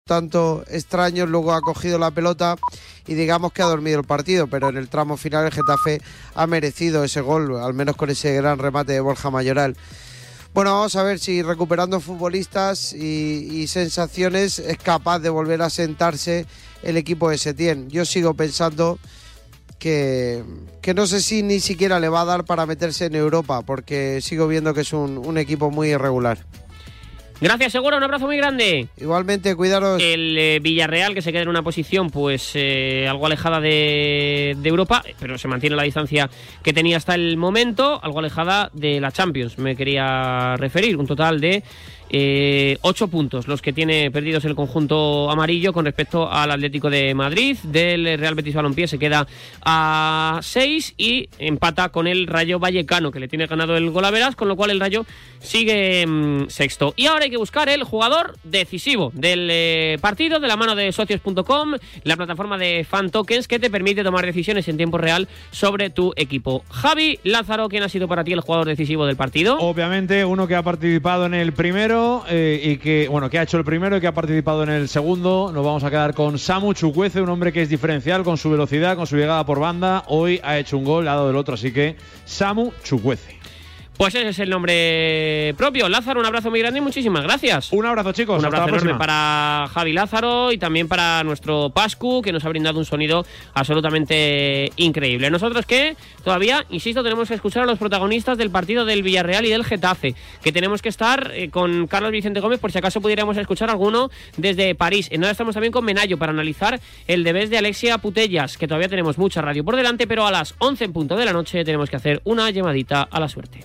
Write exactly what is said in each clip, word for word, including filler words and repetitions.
tanto extraños, luego ha cogido la pelota y digamos que ha dormido el partido, pero en el tramo final el Getafe ha merecido ese gol, al menos con ese gran remate de Borja Mayoral. Bueno, vamos a ver si recuperando futbolistas y, y sensaciones es capaz de volver a sentarse el equipo de Setién. Yo sigo pensando que, que no sé si ni siquiera le va a dar para meterse en Europa, porque sigo viendo que es un, un equipo muy irregular. Gracias, Segura, un abrazo muy grande. Igualmente, cuidaros. El eh, Villarreal, que se queda en una posición pues eh, algo alejada de, de Europa, pero se mantiene la distancia que tenía hasta el momento, algo alejada de la Champions, me quería referir, un total de eh, ocho puntos los que tiene perdidos el conjunto amarillo con respecto al Atlético de Madrid. Del Real Betis Balompié se queda a seis y empata con el Rayo Vallecano, que le tiene ganado el Golaveras, con lo cual el Rayo sigue mmm, sexto. Y ahora hay que buscar el jugador decisivo del eh, partido de la mano de socios punto com, la plataforma de fan tokens que te permite tomar decisiones en tiempo real sobre tu equipo. Javi Lázaro, ¿quién ha sido para ti el jugador decisivo del partido? Obviamente uno que ha participado en el primero eh, y que, bueno, que ha hecho el primero y que ha participado en el segundo. Nos vamos a quedar con Samu Chukwueze, un hombre que es diferencial con su velocidad, con su llegada por banda. Hoy ha hecho un gol, le ha dado el otro, así que Samu Chukwueze. Pues ese es el nombre propio. Lázaro, un abrazo muy grande y muchísimas gracias. Un abrazo, chicos. Un abrazo Hasta la enorme próxima. para Javi Lázaro y también para nuestro Pascu, que nos ha brindado un sonido absolutamente increíble. Nosotros que todavía, insisto, tenemos que escuchar a los protagonistas del partido del Villarreal y del Getafe, que tenemos que estar eh, con Carlos Vicente Gómez por si acaso pudiéramos escuchar alguno desde París. En nada estamos también con Menayo para analizar el debés de Alexia Putellas, que todavía tenemos mucha radio por delante, pero a las once en punto de la noche tenemos que hacer una llamadita a la suerte.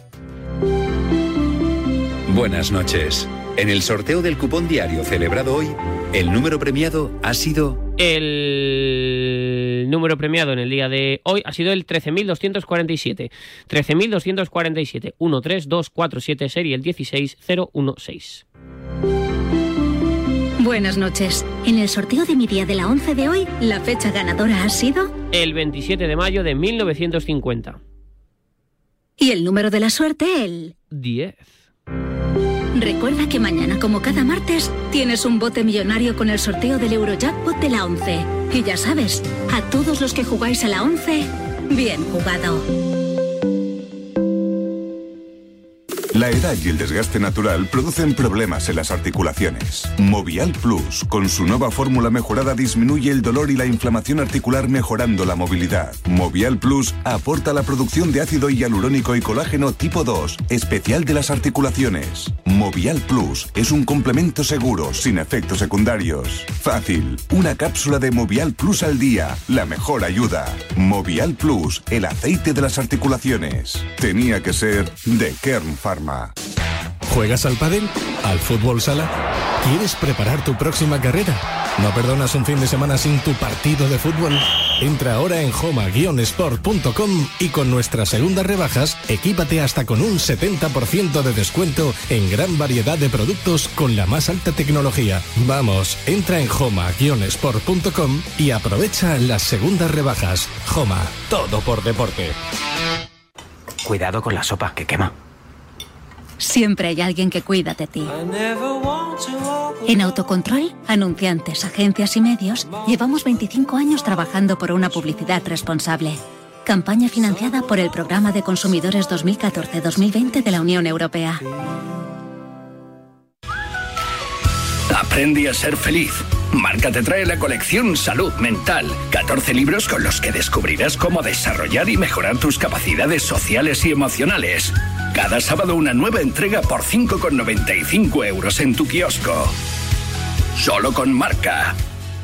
Buenas noches. En el sorteo del cupón diario celebrado hoy, el número premiado ha sido... El número premiado en el día de hoy ha sido el trece mil doscientos cuarenta y siete. trece mil doscientos cuarenta y siete. uno tres dos cuatro siete, serie el dieciséis cero uno seis. Buenas noches. En el sorteo de mi día de la once de hoy, la fecha ganadora ha sido... El veintisiete de mayo de mil novecientos cincuenta. Y el número de la suerte, el... diez. Recuerda que mañana, como cada martes, tienes un bote millonario con el sorteo del Eurojackpot de la once. Y ya sabes, a todos los que jugáis a la once, bien jugado. La edad y el desgaste natural producen problemas en las articulaciones. Movial Plus, con su nueva fórmula mejorada, disminuye el dolor y la inflamación articular mejorando la movilidad. Movial Plus aporta la producción de ácido hialurónico y colágeno tipo dos, especial de las articulaciones. Movial Plus es un complemento seguro, sin efectos secundarios. Fácil, una cápsula de Movial Plus al día, la mejor ayuda. Movial Plus, el aceite de las articulaciones. Tenía que ser de Kern Pharma. ¿Juegas al pádel? ¿Al fútbol sala? ¿Quieres preparar tu próxima carrera? ¿No perdonas un fin de semana sin tu partido de fútbol? Entra ahora en homa guion sport punto com y con nuestras segundas rebajas, equípate hasta con un setenta por ciento de descuento en gran variedad de productos con la más alta tecnología. Vamos, entra en homa guion sport punto com y aprovecha las segundas rebajas. Homa, todo por deporte. Cuidado con la sopa, que quema. Siempre hay alguien que cuida de ti. En Autocontrol, anunciantes, agencias y medios, llevamos veinticinco años trabajando por una publicidad responsable. Campaña financiada por el Programa de Consumidores dos mil catorce a dos mil veinte de la Unión Europea. Aprende a ser feliz. Marca te trae la colección Salud Mental. catorce libros con los que descubrirás cómo desarrollar y mejorar tus capacidades sociales y emocionales. Cada sábado una nueva entrega por cinco con noventa y cinco euros en tu kiosco. Solo con Marca.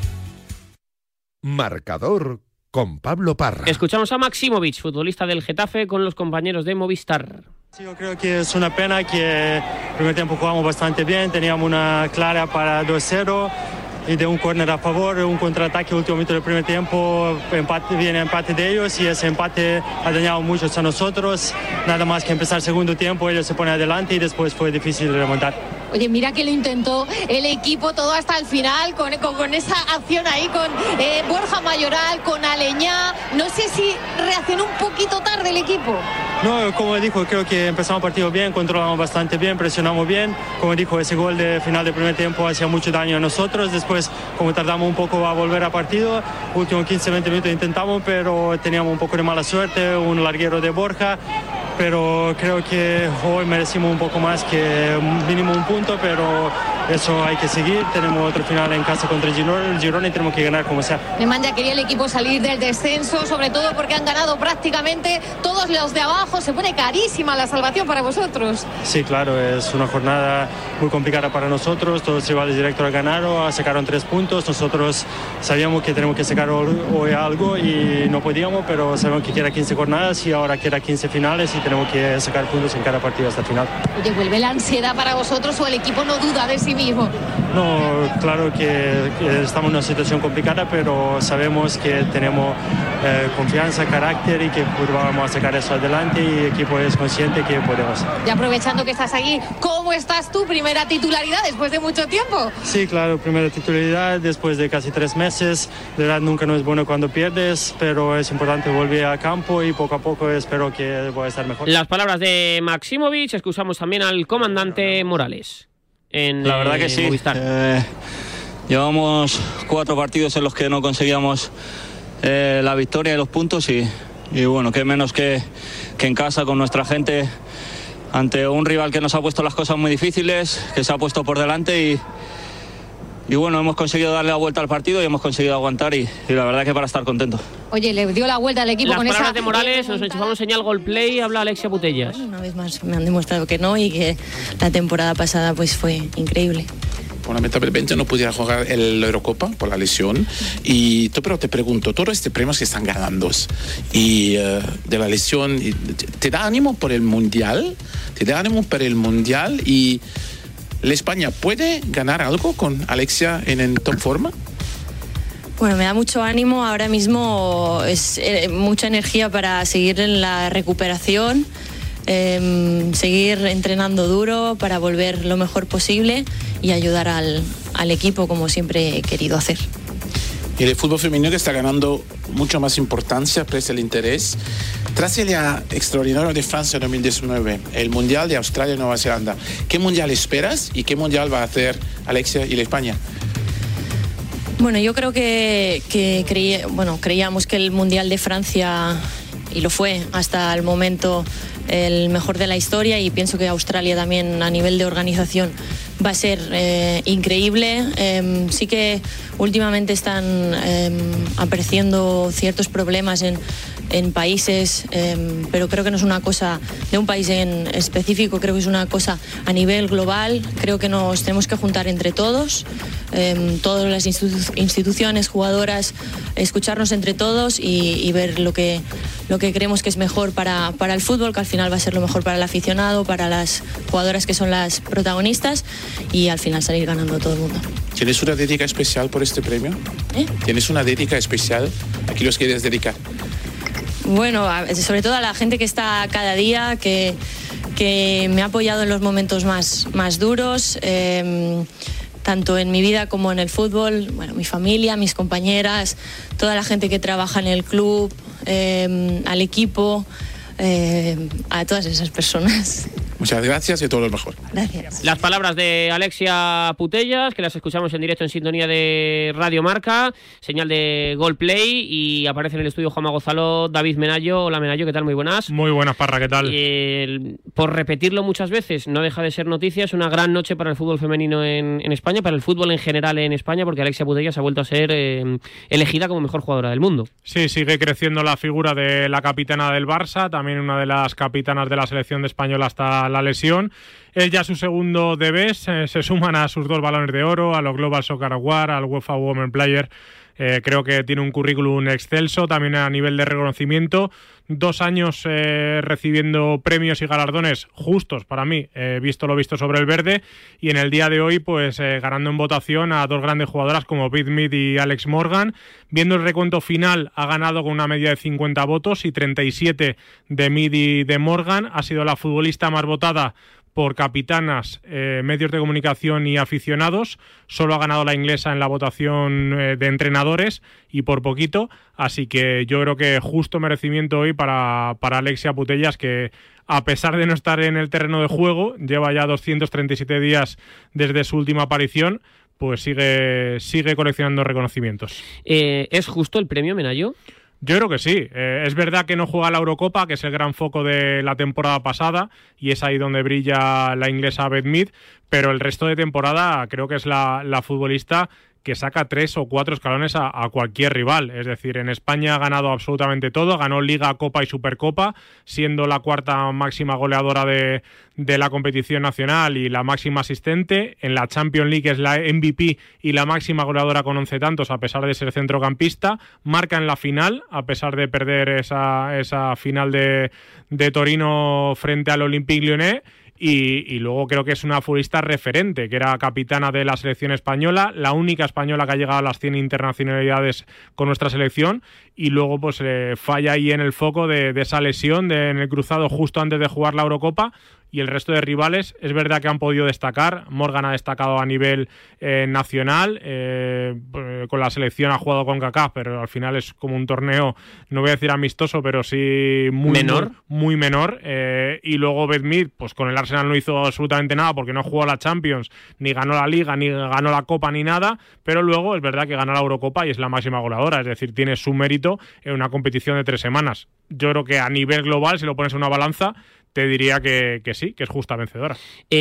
Marcador con Pablo Parra. Escuchamos a Maximovic, futbolista del Getafe, con los compañeros de Movistar. Sí, yo creo que es una pena que el primer tiempo jugamos bastante bien, teníamos una clara para dos cero y de un córner a favor, un contraataque último minuto del primer tiempo, empate, viene empate de ellos y ese empate ha dañado mucho a nosotros. Nada más que empezar el segundo tiempo, ellos se ponen adelante y después fue difícil remontar. Oye, mira que lo intentó el equipo todo hasta el final, con, con, con esa acción ahí, con eh, Borja Mayoral, con Aleñá. No sé si reaccionó un poquito tarde el equipo. No, como dijo, creo que empezamos el partido bien, controlamos bastante bien, presionamos bien. Como dijo, ese gol de final del primer tiempo hacía mucho daño a nosotros. Después, como tardamos un poco a volver a partido, últimos quince veinte minutos intentamos, pero teníamos un poco de mala suerte, un larguero de Borja. Pero creo que hoy merecimos un poco más que mínimo un punto, pero eso hay que seguir. Tenemos otro final en casa contra el Girona, Girona y tenemos que ganar como sea. Nemanja, quería el equipo salir del descenso, sobre todo porque han ganado prácticamente todos los de abajo. Se pone carísima la salvación para vosotros. Sí, claro, es una jornada muy complicada para nosotros. Todos los rivales directos ganaron, sacaron tres puntos. Nosotros sabíamos que tenemos que sacar hoy algo y no podíamos, pero sabemos que queda quince jornadas y ahora queda quince finales y tenemos que sacar puntos en cada partido hasta el final. Oye, ¿vuelve la ansiedad para vosotros o el equipo no duda de sí mismo? No, claro que, que estamos en una situación complicada, pero sabemos que tenemos eh, confianza, carácter y que vamos a sacar eso adelante y el equipo es consciente que podemos. Y aprovechando que estás aquí, ¿cómo estás tú? Primera titularidad después de mucho tiempo. Sí, claro, primera titularidad después de casi tres meses. De verdad nunca no es bueno cuando pierdes, pero es importante volver a campo y poco a poco espero que voy a estar mejor. Las palabras de Maximovic, excusamos también al comandante Morales. En, La verdad que sí. Eh, llevamos cuatro partidos en los que no conseguíamos eh, la victoria y los puntos y, y bueno, qué menos que, que en casa con nuestra gente ante un rival que nos ha puesto las cosas muy difíciles, que se ha puesto por delante y, y bueno, hemos conseguido darle la vuelta al partido y hemos conseguido aguantar y, y la verdad que para estar contento. Oye, le dio la vuelta al equipo Las con palabras esa... de Morales, nos enchufamos señal gol play, habla Alexia Putellas. Bueno, una vez más me han demostrado que no y que la temporada pasada pues fue increíble. Lamentablemente no pudiera jugar el Eurocopa por la lesión. Y tú, pero te pregunto, todos estos premios que están ganando y uh, de la lesión, ¿te da ánimo por el Mundial? ¿Te da ánimo por el Mundial? ¿Y la España puede ganar algo con Alexia en, en top forma? Bueno, me da mucho ánimo. Ahora mismo es eh, mucha energía para seguir en la recuperación, eh, seguir entrenando duro para volver lo mejor posible y ayudar al, al equipo como siempre he querido hacer. Y el fútbol femenino que está ganando mucho más importancia, presta el interés. Tras el día extraordinario de Francia dos mil diecinueve, el Mundial de Australia y Nueva Zelanda, ¿qué Mundial esperas y qué Mundial va a hacer Alexia y la España? Bueno, yo creo que, que creí, bueno, creíamos que el Mundial de Francia, y lo fue hasta el momento, el mejor de la historia, y pienso que Australia también a nivel de organización va a ser eh, increíble. Eh, sí que últimamente están eh, apareciendo ciertos problemas en, en países, eh, pero creo que no es una cosa de un país en específico, creo que es una cosa a nivel global. Creo que nos tenemos que juntar entre todos, eh, todas las institu- instituciones, jugadoras, escucharnos entre todos y, y ver lo que, lo que creemos que es mejor para, para el fútbol, que al final va a ser lo mejor para el aficionado, para las jugadoras que son las protagonistas, y al final salir ganando todo el mundo. ¿Tienes una dedica especial por este premio? ¿Eh? ¿Tienes una dedica especial? ¿A quién los quieres dedicar? Bueno, sobre todo a la gente que está cada día, que, que me ha apoyado en los momentos más, más duros, eh, tanto en mi vida como en el fútbol. Bueno, mi familia, mis compañeras, toda la gente que trabaja en el club, eh, al equipo, eh, a todas esas personas. Muchas gracias y todo lo mejor. Gracias. Las palabras de Alexia Putellas, que las escuchamos en directo en sintonía de Radio Marca, señal de Gol Play, y aparece en el estudio Juanma Gozalo, David Menayo. Hola Menayo, ¿qué tal? Muy buenas. Muy buenas, Parra, ¿qué tal? Eh, por repetirlo muchas veces, no deja de ser noticia, es una gran noche para el fútbol femenino en, en España, para el fútbol en general en España, porque Alexia Putellas ha vuelto a ser eh, elegida como mejor jugadora del mundo. Sí, sigue creciendo la figura de la capitana del Barça, también una de las capitanas de la selección de española hasta la lesión. Es ya su segundo debut, eh, se suman a sus dos balones de oro, a los Global Soccer Award, al UEFA Women Player. Eh, creo que tiene un currículum excelso, también a nivel de reconocimiento. Dos años eh, recibiendo premios y galardones justos para mí, eh, visto lo visto sobre el verde, y en el día de hoy pues eh, ganando en votación a dos grandes jugadoras como Beth Mead y Alex Morgan. Viendo el recuento final, ha ganado con una media de cincuenta votos y treinta y siete de Mead y de Morgan. Ha sido la futbolista más votada por capitanas, eh, medios de comunicación y aficionados. Solo ha ganado la inglesa en la votación eh, de entrenadores y por poquito. Así que yo creo que justo merecimiento hoy para, para Alexia Putellas, que a pesar de no estar en el terreno de juego, lleva ya doscientos treinta y siete días desde su última aparición, pues sigue, sigue coleccionando reconocimientos. Eh, ¿Es justo el premio, Menayo? Yo creo que sí. Eh, es verdad que no juega la Eurocopa, que es el gran foco de la temporada pasada, y es ahí donde brilla la inglesa Beth Mead, pero el resto de temporada creo que es la, la futbolista que saca tres o cuatro escalones a, a cualquier rival. Es decir, en España ha ganado absolutamente todo, ganó Liga, Copa y Supercopa, siendo la cuarta máxima goleadora de, de la competición nacional y la máxima asistente. En la Champions League es la M V P y la máxima goleadora con once tantos, a pesar de ser centrocampista. Marca en la final, a pesar de perder esa, esa final de, de Torino frente al Olympique Lyonnais. Y, y luego creo que es una futbolista referente, que era capitana de la selección española, la única española que ha llegado a las cien internacionalidades con nuestra selección, y luego pues eh, falla ahí en el foco de, de esa lesión de, en el cruzado justo antes de jugar la Eurocopa. Y el resto de rivales es verdad que han podido destacar. Morgan ha destacado a nivel eh, nacional, eh, con la selección ha jugado con CONCACAF, pero al final es como un torneo, no voy a decir amistoso, pero sí muy menor, muy, muy menor. Eh, y luego Beth Mead, pues con el Arsenal no hizo absolutamente nada porque no jugó a la Champions, ni ganó la Liga, ni ganó la Copa, ni nada, pero luego es verdad que ganó la Eurocopa y es la máxima goleadora, es decir, tiene su mérito en una competición de tres semanas. Yo creo que a nivel global, si lo pones en una balanza, te diría que, que sí, que es justa vencedora.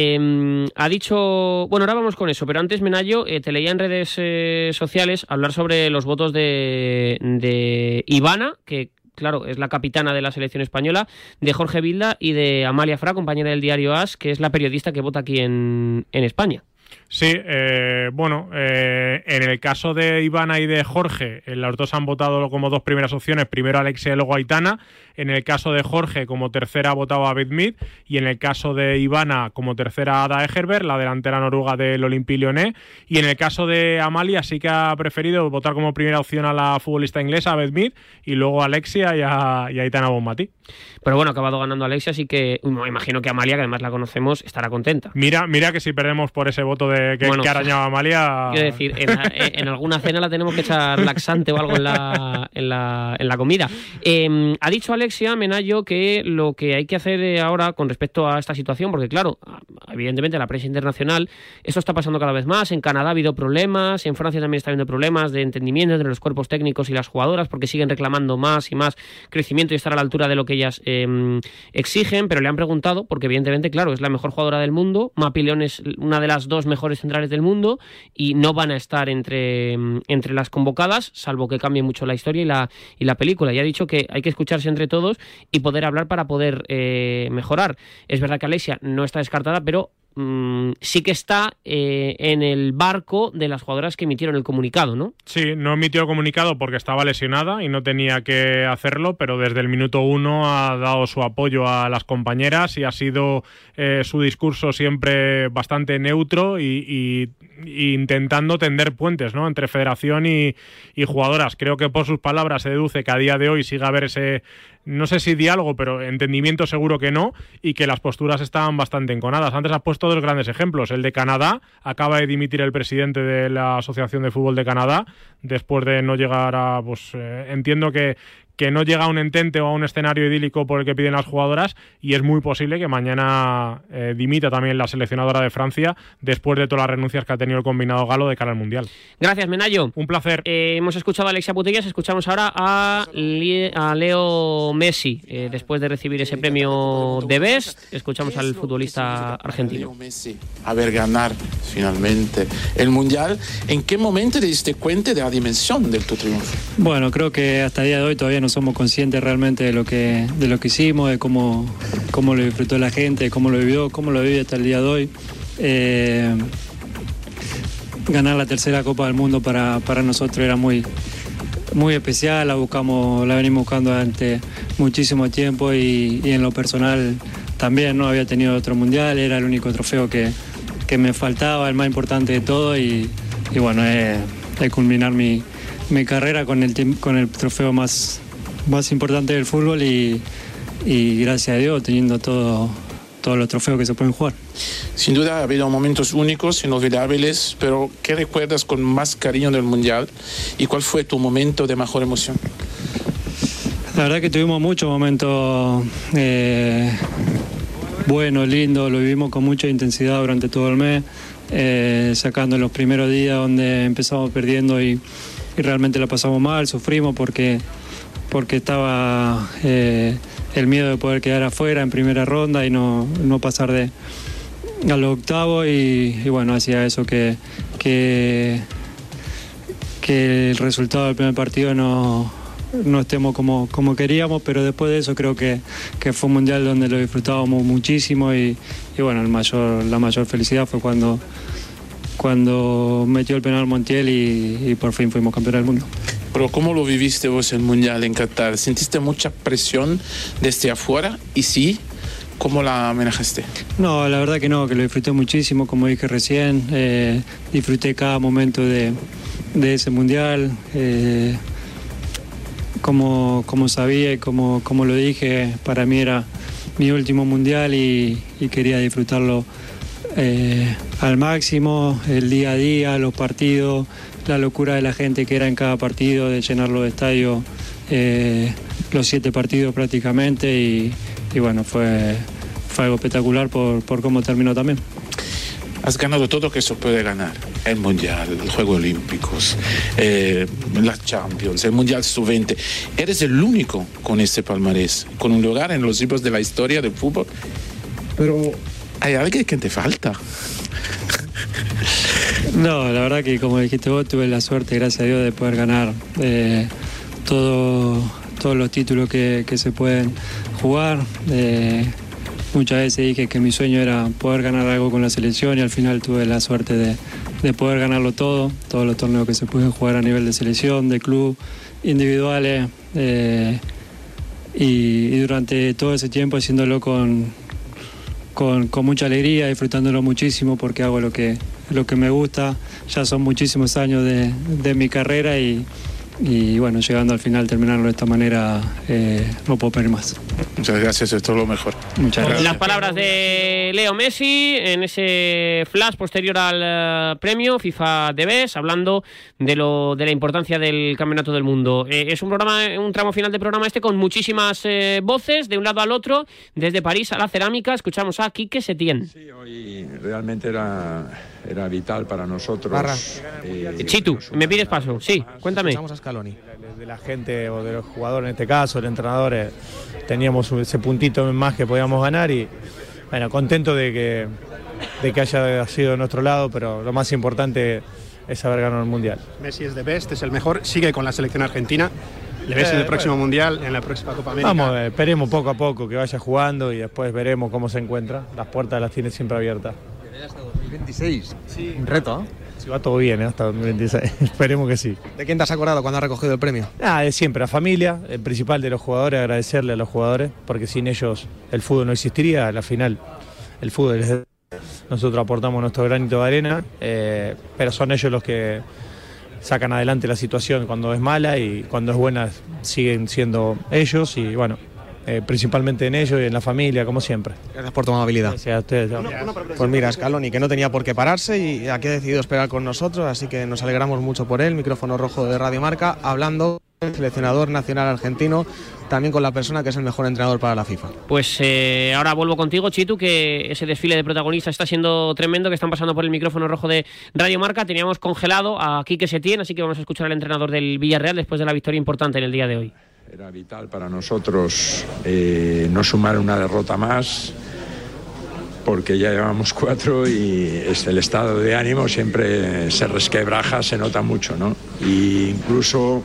Eh, ha dicho... Bueno, ahora vamos con eso, pero antes, Menayo, eh, te leía en redes eh, sociales hablar sobre los votos de, de Ivana, que claro, es la capitana de la selección española, de Jorge Vilda y de Amalia Fra, compañera del diario AS, que es la periodista que vota aquí en, en España. Sí, eh, bueno, eh, en el caso de Ivana y de Jorge, eh, los dos han votado como dos primeras opciones, primero Alexia y luego Aitana. En el caso de Jorge, como tercera ha votado a Beth Mead, y en el caso de Ivana, como tercera Ada Egerberg, la delantera noruega del Olympique Lyonnais, y en el caso de Amalia sí que ha preferido votar como primera opción a la futbolista inglesa, a Beth Mead, y luego a Alexia y a, y a Aitana Bonmatí. Pero bueno, ha acabado ganando Alexia, así que me imagino que Amalia, que además la conocemos, estará contenta. Mira, mira que si perdemos por ese voto de que, bueno, que arañaba Amalia... Quiero decir, en, en alguna cena la tenemos que echar laxante o algo en la, en la, en la comida. Eh, ha dicho Alexia, Menayo, que lo que hay que hacer ahora con respecto a esta situación, porque claro, evidentemente la prensa internacional, esto está pasando cada vez más. En Canadá ha habido problemas, en Francia también está habiendo problemas de entendimiento entre los cuerpos técnicos y las jugadoras, porque siguen reclamando más y más crecimiento y estar a la altura de lo que ellas eh, exigen, pero le han preguntado, porque evidentemente, claro, es la mejor jugadora del mundo, Mapi León es una de las dos mejores centrales del mundo y no van a estar entre, entre las convocadas, salvo que cambie mucho la historia y la, y la película. Y ha dicho que hay que escucharse entre todos y poder hablar para poder eh, mejorar. Es verdad que Alexia no está descartada, pero mmm, sí que está eh, en el barco de las jugadoras que emitieron el comunicado, ¿no? Sí, no emitió el comunicado porque estaba lesionada y no tenía que hacerlo, pero desde el minuto uno ha dado su apoyo a las compañeras y ha sido eh, su discurso siempre bastante neutro y, y, y intentando tender puentes, ¿no?, entre federación y, y jugadoras. Creo que por sus palabras se deduce que a día de hoy sigue a haber ese, no sé si diálogo, pero entendimiento seguro que no, y que las posturas están bastante enconadas. Antes has puesto dos grandes ejemplos. El de Canadá, acaba de dimitir el presidente de la Asociación de Fútbol de Canadá, después de no llegar a, pues eh, entiendo que que no llega a un entente o a un escenario idílico por el que piden las jugadoras, y es muy posible que mañana eh, dimita también la seleccionadora de Francia después de todas las renuncias que ha tenido el combinado galo de cara al Mundial. Gracias, Menayo. Un placer. Eh, hemos escuchado a Alexia Putellas, escuchamos ahora a, Le- a Leo Messi, eh, después de recibir ese premio de Best, escuchamos al futbolista argentino. A ver ganar finalmente el Mundial, ¿en qué momento te diste cuenta de la dimensión de tu triunfo? Bueno, creo que hasta el día de hoy todavía no somos conscientes realmente de lo que, de lo que hicimos, de cómo, cómo lo disfrutó la gente, cómo lo vivió, cómo lo vive hasta el día de hoy. Eh, ganar la tercera Copa del Mundo para, para nosotros era muy, muy especial, la, buscamos, la venimos buscando durante muchísimo tiempo y, y en lo personal también no había tenido otro Mundial, era el único trofeo que, que me faltaba, el más importante de todo, y, y bueno, es, es culminar mi, mi carrera con el, con el trofeo más... más importante del fútbol y, y gracias a Dios teniendo todo, todos los trofeos que se pueden jugar. Sin duda ha habido momentos únicos, inolvidables, pero ¿qué recuerdas con más cariño del Mundial? ¿Y cuál fue tu momento de mejor emoción? La verdad que tuvimos muchos momentos eh, buenos, lindos, lo vivimos con mucha intensidad durante todo el mes, eh, sacando los primeros días donde empezamos perdiendo y, y realmente la pasamos mal, sufrimos porque, porque estaba eh, el miedo de poder quedar afuera en primera ronda y no, no pasar de a los octavos y, y bueno, hacía eso que, que, que el resultado del primer partido no, no estemos como, como queríamos, pero después de eso creo que, que fue un mundial donde lo disfrutábamos muchísimo y, y bueno, el mayor, la mayor felicidad fue cuando, cuando metió el penal Montiel y, y por fin fuimos campeones del mundo. Pero ¿cómo lo viviste vos el Mundial en Qatar? ¿Sentiste mucha presión desde afuera? Y sí, ¿cómo la manejaste? No, la verdad que no, que lo disfruté muchísimo, como dije recién. Eh, disfruté cada momento de, de ese Mundial. Eh, como, como sabía y como, como lo dije, para mí era mi último Mundial y, y quería disfrutarlo eh, al máximo, el día a día, los partidos, la locura de la gente que era en cada partido, de llenar los estadios, eh, los siete partidos prácticamente y, y bueno, fue, fue algo espectacular por, por cómo terminó también. Has ganado todo lo que se puede ganar, el Mundial, los Juegos Olímpicos, eh, la Champions, el Mundial sub veinte. Eres el único con este palmarés, con un lugar en los libros de la historia del fútbol, pero hay alguien que te falta. No, la verdad que como dijiste vos, tuve la suerte, gracias a Dios, de poder ganar eh, todo, todos los títulos que, que se pueden jugar. Eh, muchas veces dije que mi sueño era poder ganar algo con la selección y al final tuve la suerte de, de poder ganarlo todo, todos los torneos que se pueden jugar a nivel de selección, de club, individuales eh, y, y durante todo ese tiempo haciéndolo con, con, con mucha alegría, disfrutándolo muchísimo porque hago lo que lo que me gusta. Ya son muchísimos años de, de mi carrera y, y bueno, llegando al final, terminarlo de esta manera, eh, no puedo pedir más. Muchas gracias, esto es lo mejor. Muchas gracias. Las palabras de Leo Messi en ese flash posterior al uh, premio FIFA The Best, hablando de lo de la importancia del Campeonato del Mundo. Eh, es un programa, un tramo final de programa este con muchísimas eh, voces de un lado al otro, desde París a la cerámica. Escuchamos a Quique Setién. Sí, hoy realmente era, era vital para nosotros. Barra. Eh, Chitu, ¿me pides paso? Sí, cuéntame. Escuchamos a Scaloni. De la gente o de los jugadores en este caso, el entrenador, eh, teníamos ese puntito más que podíamos ganar y bueno, contento de que, de que haya sido de nuestro lado, pero lo más importante es haber ganado el Mundial. Messi es the best, es el mejor, sigue con la selección argentina. ¿Le ves eh, en el próximo bueno. Mundial, en la próxima Copa América? Vamos, eh, esperemos poco a poco que vaya jugando y después veremos cómo se encuentra. Las puertas las tiene siempre abiertas. Hasta dos mil veintiséis, sí. Un reto, ¿eh? Si va todo bien, ¿eh? Hasta dos mil veintiséis, esperemos que sí. ¿De quién te has acordado cuando has recogido el premio? Ah, de siempre, la familia, el principal de los jugadores, agradecerle a los jugadores, porque sin ellos el fútbol no existiría. Al final, el fútbol es... Nosotros aportamos nuestro granito de arena, eh, pero son ellos los que sacan adelante la situación cuando es mala y cuando es buena siguen siendo ellos y bueno, eh, principalmente en ellos y en la familia, como siempre. Gracias por tu amabilidad. Gracias a ustedes. Pues mira, Scaloni, que no tenía por qué pararse y aquí ha decidido esperar con nosotros, así que nos alegramos mucho por él. Micrófono rojo de Radio Marca, hablando del seleccionador nacional argentino, también con la persona que es el mejor entrenador para la FIFA. Pues eh, ahora vuelvo contigo, Chitu, que ese desfile de protagonistas está siendo tremendo, que están pasando por el micrófono rojo de Radio Marca. Teníamos congelado a Quique Setién, así que vamos a escuchar al entrenador del Villarreal después de la victoria importante en el día de hoy. Era vital para nosotros eh, no sumar una derrota más, porque ya llevamos cuatro y es el estado de ánimo siempre se resquebraja, se nota mucho, ¿no? Y incluso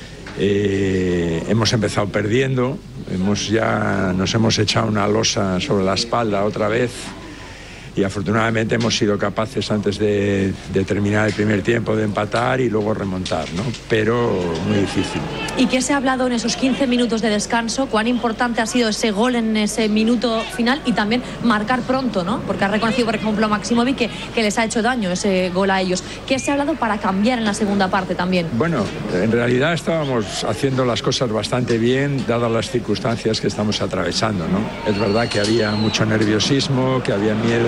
eh, hemos empezado perdiendo, hemos ya nos hemos echado una losa sobre la espalda otra vez y afortunadamente hemos sido capaces antes de, de terminar el primer tiempo de empatar y luego remontar, ¿no? Pero muy difícil. ¿Y qué se ha hablado en esos quince minutos de descanso? ¿Cuán importante ha sido ese gol en ese minuto final y también marcar pronto, ¿no? Porque ha reconocido, por ejemplo, a Maximovic que, que les ha hecho daño ese gol a ellos. ¿Qué se ha hablado para cambiar en la segunda parte también? Bueno, en realidad estábamos haciendo las cosas bastante bien dadas las circunstancias que estamos atravesando, ¿no? Es verdad que había mucho nerviosismo, que había miedo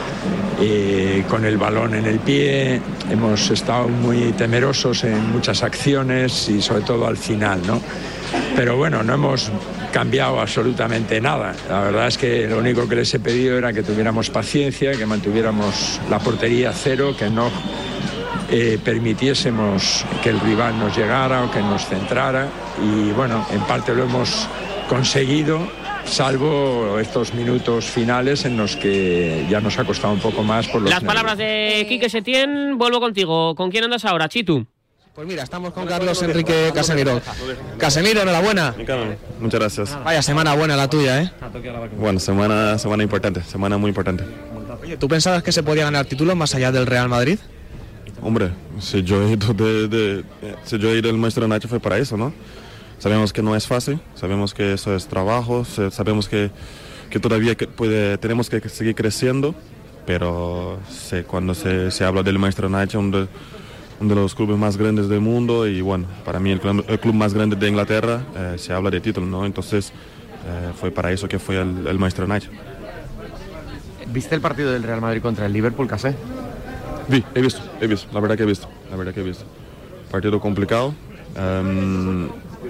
eh, con el balón en el pie, hemos estado muy temerosos en muchas acciones y sobre todo al final, ¿no? Pero bueno, no hemos cambiado absolutamente nada. La verdad es que lo único que les he pedido era que tuviéramos paciencia, que mantuviéramos la portería cero, que no eh, permitiésemos que el rival nos llegara o que nos centrara, y bueno, en parte lo hemos conseguido, salvo estos minutos finales en los que ya nos ha costado un poco más por los Las nervios. palabras de Quique Setién. Vuelvo contigo. ¿Con quién andas ahora, Chitu? Pues mira, estamos con Carlos Enrique Casemiro. Casemiro, enhorabuena. Muchas gracias. Vaya semana buena la tuya, ¿eh? Bueno, semana, semana importante, semana muy importante. Oye, ¿tú pensabas que se podía ganar títulos más allá del Real Madrid? Hombre, si yo he ido de, de, si yo he ido del Manchester United fue para eso, ¿no? Sabemos que no es fácil, sabemos que eso es trabajo, sabemos que, que todavía que puede, tenemos que seguir creciendo, pero sí, cuando se, se habla del Manchester United, uno de, uno de los clubes más grandes del mundo, y bueno, para mí el club, el club más grande de Inglaterra, eh, se habla de título, ¿no? Entonces eh, fue para eso que fue el, el Manchester United. ¿Viste el partido del Real Madrid contra el Liverpool, Casé? Vi, he visto, he visto, la verdad que he visto, la verdad que he visto. Partido complicado. Um,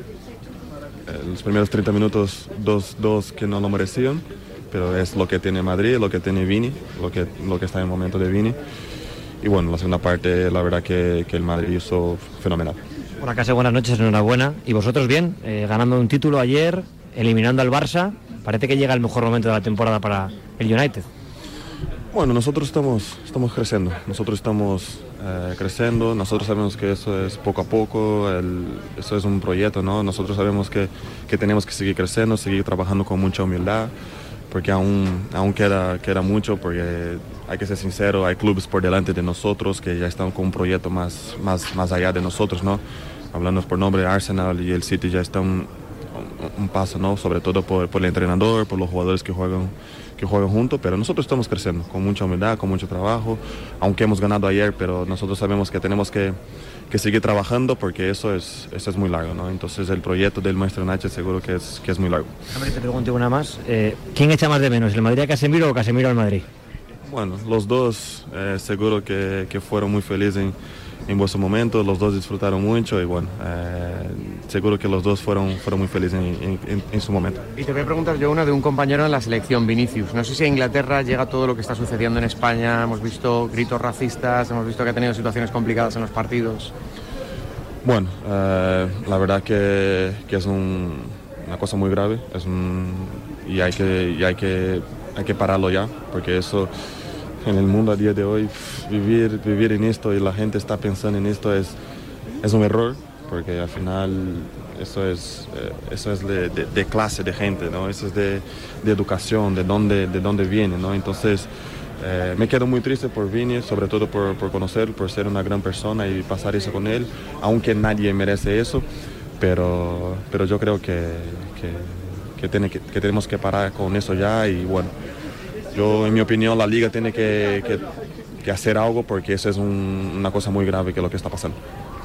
los primeros treinta minutos, dos, dos que no lo merecían, pero es lo que tiene Madrid, lo que tiene Vini, lo que, lo que está en el momento de Vini. Y bueno, la segunda parte, la verdad que, que el Madrid hizo fenomenal. Hola, Casé, buenas noches, enhorabuena. ¿Y vosotros bien? Eh, ganando un título ayer, eliminando al Barça, parece que llega el mejor momento de la temporada para el United. Bueno, nosotros estamos, estamos creciendo, nosotros estamos eh, creciendo, nosotros sabemos que eso es poco a poco, el, eso es un proyecto, ¿no? Nosotros sabemos que, que tenemos que seguir creciendo, seguir trabajando con mucha humildad, porque aún, aún queda, queda mucho, porque hay que ser sincero, hay clubes por delante de nosotros que ya están con un proyecto más, más, más allá de nosotros, ¿no? Hablando por nombre, Arsenal y el City ya están un, un paso, ¿no? Sobre todo por, por el entrenador, por los jugadores que juegan que juegan juntos, pero nosotros estamos creciendo con mucha humildad, con mucho trabajo, aunque hemos ganado ayer, pero nosotros sabemos que tenemos que, que seguir trabajando, porque eso es, eso es muy largo, ¿no? Entonces el proyecto del Manchester United seguro que es, que es muy largo. Te pregunto una más, eh, ¿quién echa más de menos, el Madrid a Casemiro o Casemiro al Madrid? Bueno, los dos eh, seguro que, que fueron muy felices en, en vuestro momento, los dos disfrutaron mucho y bueno, eh, seguro que los dos fueron, fueron muy felices en, en, en su momento. Y te voy a preguntar yo una de un compañero en la selección, Vinicius. No sé si a Inglaterra llega todo lo que está sucediendo en España, hemos visto gritos racistas, hemos visto que ha tenido situaciones complicadas en los partidos. Bueno, eh, la verdad que, que es un, una cosa muy grave, es un, y, hay que, y hay, que, hay que pararlo ya, porque eso... En el mundo a día de hoy, vivir, vivir en esto y la gente está pensando en esto es, es un error, porque al final eso es, eh, eso es de, de, de clase de gente, ¿no? Eso es de, de educación, de dónde, de dónde viene, ¿no? Entonces eh, me quedo muy triste por Vini, sobre todo por, por conocerlo, por ser una gran persona y pasar eso con él, aunque nadie merece eso, pero, pero yo creo que, que, que, tiene que, que tenemos que parar con eso ya y bueno. Yo, en mi opinión, la Liga tiene que, que, que hacer algo, porque eso es un, una cosa muy grave que es lo que está pasando.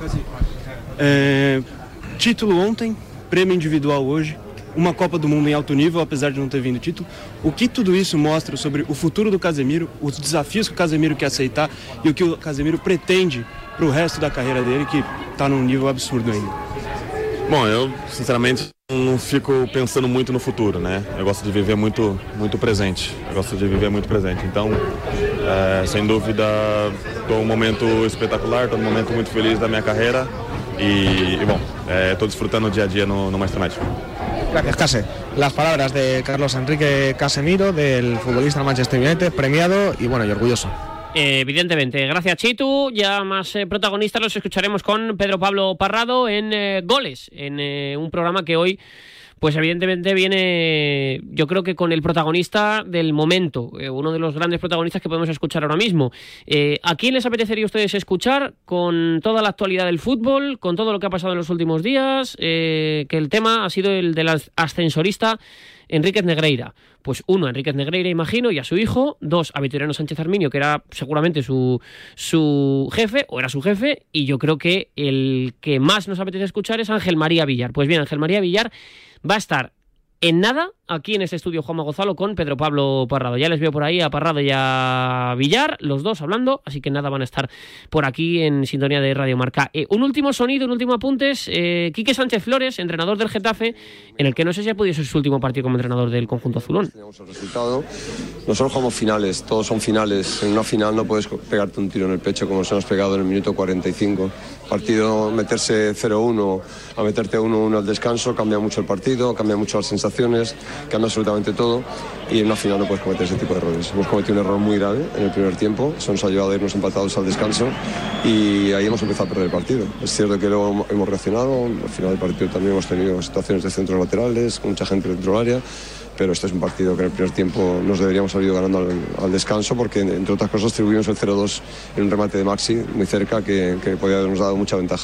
É, título ontem, prêmio individual hoje, uma Copa do Mundo em alto nível, apesar de não ter vindo título. O que tudo isso mostra sobre o futuro do Casemiro, os desafios que o Casemiro quer aceitar e o que o Casemiro pretende para o resto da carreira dele, que está num nível absurdo ainda? Bom, eu, sinceramente, não fico pensando muito no futuro, né? Eu gosto de viver muito, muito presente. Eu gosto de viver muito presente. Então, é, sem dúvida, estou num momento espetacular, estou num momento muito feliz da minha carreira e, e bom, estou é, desfrutando o dia a dia no, no Manchester United. Gracias, Case. Las palabras de Carlos Enrique Casemiro, del futbolista Manchester United, premiado y bueno, y orgulloso. Eh, evidentemente, gracias Chitu. Ya más eh, protagonistas los escucharemos con Pedro Pablo Parrado en eh, Goles, en eh, un programa que hoy pues evidentemente viene, yo creo que con el protagonista del momento, eh, uno de los grandes protagonistas que podemos escuchar ahora mismo. Eh, ¿A quién les apetecería a ustedes escuchar con toda la actualidad del fútbol, con todo lo que ha pasado en los últimos días? Eh, que el tema ha sido el del ascensorista Enríquez Negreira. Pues uno, Enríquez Negreira, imagino, y a su hijo. Dos, a Victoriano Sánchez Arminio, que era seguramente su, su jefe, o era su jefe, y yo creo que el que más nos apetece escuchar es Ángel María Villar. Pues bien, Ángel María Villar va a estar en nada aquí en este estudio Juanma Gonzalo con Pedro Pablo Parrado. Ya les veo por ahí a Parrado y a Villar, los dos hablando, así que nada, van a estar por aquí en sintonía de Radio Marca. Eh, un último sonido, un último apuntes. Eh, Quique Sánchez Flores, entrenador del Getafe, en el que no sé si ha podido ser su último partido como entrenador del conjunto azulón. Tenemos el resultado. Nosotros jugamos finales, todos son finales. En una final no puedes pegarte un tiro en el pecho como se nos ha pegado en el minuto cuarenta y cinco. Partido, meterse cero uno a meterte uno uno al descanso, cambia mucho el partido, cambia mucho las sensaciones, cambia absolutamente todo, y en una final no puedes cometer ese tipo de errores. Hemos cometido un error muy grave en el primer tiempo, eso nos ha llevado a irnos empatados al descanso y ahí hemos empezado a perder el partido. Es cierto que luego hemos reaccionado, al final del partido también hemos tenido situaciones de centros laterales, con mucha gente dentro del área, pero este es un partido que en el primer tiempo nos deberíamos haber ido ganando al, al descanso, porque entre otras cosas distribuimos el cero dos en un remate de Maxi muy cerca que, que podía habernos dado mucha ventaja.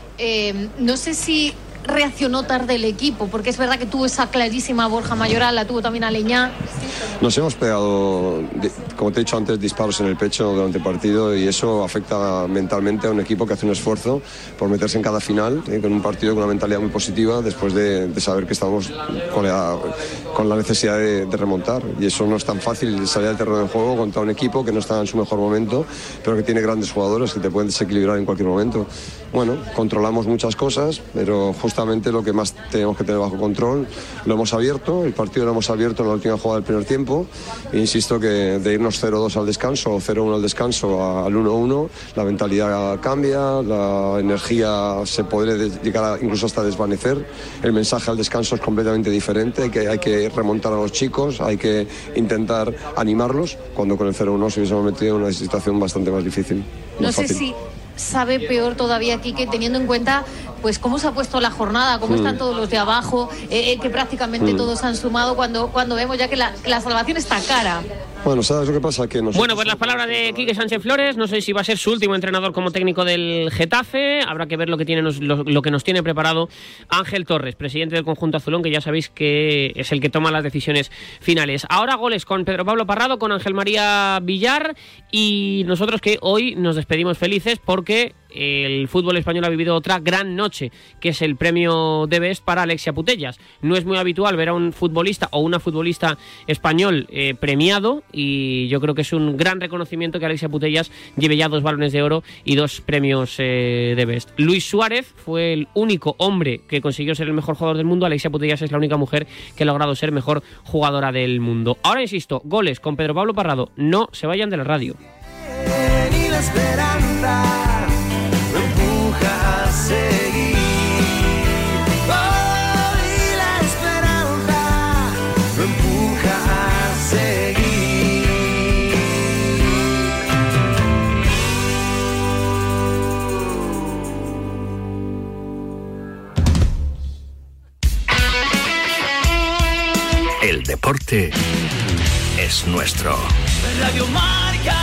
Eh, no sé si reaccionó tarde el equipo, porque es verdad que tuvo esa clarísima Borja Mayoral, la tuvo también Aleñá. Nos hemos pegado, como te he dicho antes, disparos en el pecho durante el partido, y eso afecta mentalmente a un equipo que hace un esfuerzo por meterse en cada final, ¿eh? Con un partido con una mentalidad muy positiva, después de, de saber que estamos con la, con la necesidad de, de remontar, y eso no es tan fácil, salir al terreno de juego contra un equipo que no está en su mejor momento, pero que tiene grandes jugadores que te pueden desequilibrar en cualquier momento. Bueno, controlamos muchas cosas, pero justamente lo que más tenemos que tener bajo control lo hemos abierto, el partido lo hemos abierto en la última jugada del primer tiempo, e insisto que de irnos cero dos al descanso o cero uno al descanso al uno uno, la mentalidad cambia, la energía se puede llegar a, incluso hasta desvanecer, el mensaje al descanso es completamente diferente, hay que, hay que remontar a los chicos, hay que intentar animarlos, cuando con el cero uno se hubiésemos metido en una situación bastante más difícil. No más sé fácil. si sabe peor todavía, Quique, teniendo en cuenta pues cómo se ha puesto la jornada, cómo mm. están todos los de abajo, eh, eh, que prácticamente mm. todos han sumado, cuando, cuando vemos ya que la, que la salvación está cara. Bueno, ¿sabes lo que pasa? Que nosotros... Bueno, pues las palabras de Quique Sánchez Flores. No sé si va a ser su último entrenador como técnico del Getafe. Habrá que ver lo que, tiene, lo, lo que nos tiene preparado Ángel Torres, presidente del conjunto azulón, que ya sabéis que es el que toma las decisiones finales. Ahora goles con Pedro Pablo Parrado, con Ángel María Villar, y nosotros que hoy nos despedimos felices porque el fútbol español ha vivido otra gran noche, que es el premio de Best para Alexia Putellas. No es muy habitual ver a un futbolista o una futbolista español eh, premiado, y yo creo que es un gran reconocimiento que Alexia Putellas lleve ya dos balones de oro y dos premios eh, de Best. Luis Suárez fue el único hombre que consiguió ser el mejor jugador del mundo. Alexia Putellas es la única mujer que ha logrado ser mejor jugadora del mundo. Ahora insisto, goles con Pedro Pablo Parrado. No se vayan de la radio. Ni la esperanza me empuja a seguir. Oh, y la esperanza me empuja a seguir. El deporte es nuestro. Radio Marca.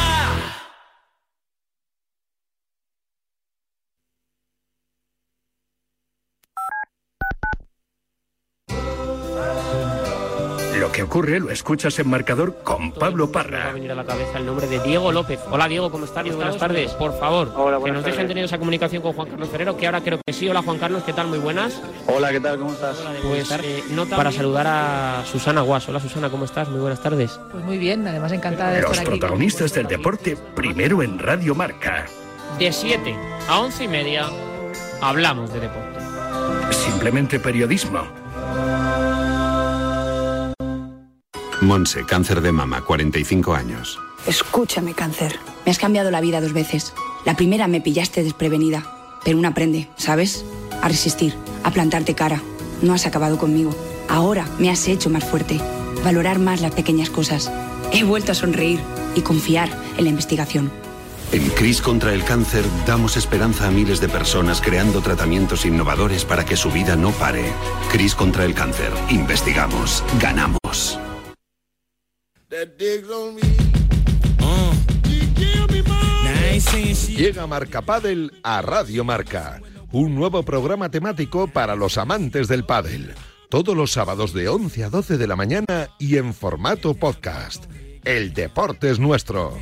Lo que ocurre lo escuchas en Marcador con Pablo Parra. Me va a venir a la cabeza el nombre de Diego López. Hola Diego, ¿cómo estás? Muy buenas tardes. Por favor, Hola, que nos dejen tardes. tener esa comunicación con Juan Carlos Ferrero, que ahora creo que sí. Hola Juan Carlos, ¿qué tal? Muy buenas. Hola, ¿qué tal? ¿Cómo estás? Pues eh, nota para saludar a Susana Guas. Hola Susana, ¿cómo estás? Muy buenas tardes. Pues muy bien, además encantada de Los estar aquí. protagonistas del deporte, primero en Radio Marca. De siete a once y media hablamos de deporte. Simplemente periodismo. Monse, cáncer de mama, cuarenta y cinco años. Escúchame, cáncer. Me has cambiado la vida dos veces. La primera me pillaste desprevenida, pero uno aprende, ¿sabes? A resistir, a plantarte cara. No has acabado conmigo. Ahora me has hecho más fuerte. Valorar más las pequeñas cosas. He vuelto a sonreír y confiar en la investigación. En CRIS contra el cáncer damos esperanza a miles de personas creando tratamientos innovadores para que su vida no pare. CRIS contra el cáncer. Investigamos. Ganamos. Llega Marca Pádel a Radio Marca, un nuevo programa temático para los amantes del pádel. Todos los sábados de once a doce de la mañana y en formato podcast. El deporte es nuestro.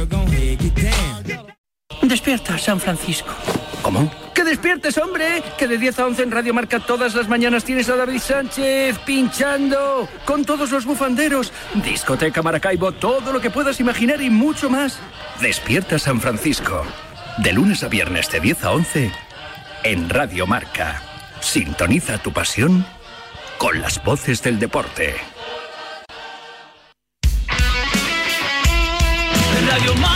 Despierta, San Francisco. ¿Cómo? ¡Que despiertes, hombre! Que de diez a once en Radio Marca todas las mañanas tienes a David Sánchez pinchando con todos los bufanderos. Discoteca Maracaibo, todo lo que puedas imaginar y mucho más. Despierta, San Francisco. De lunes a viernes de diez a once en Radio Marca. Sintoniza tu pasión con las voces del deporte. Radio Marca.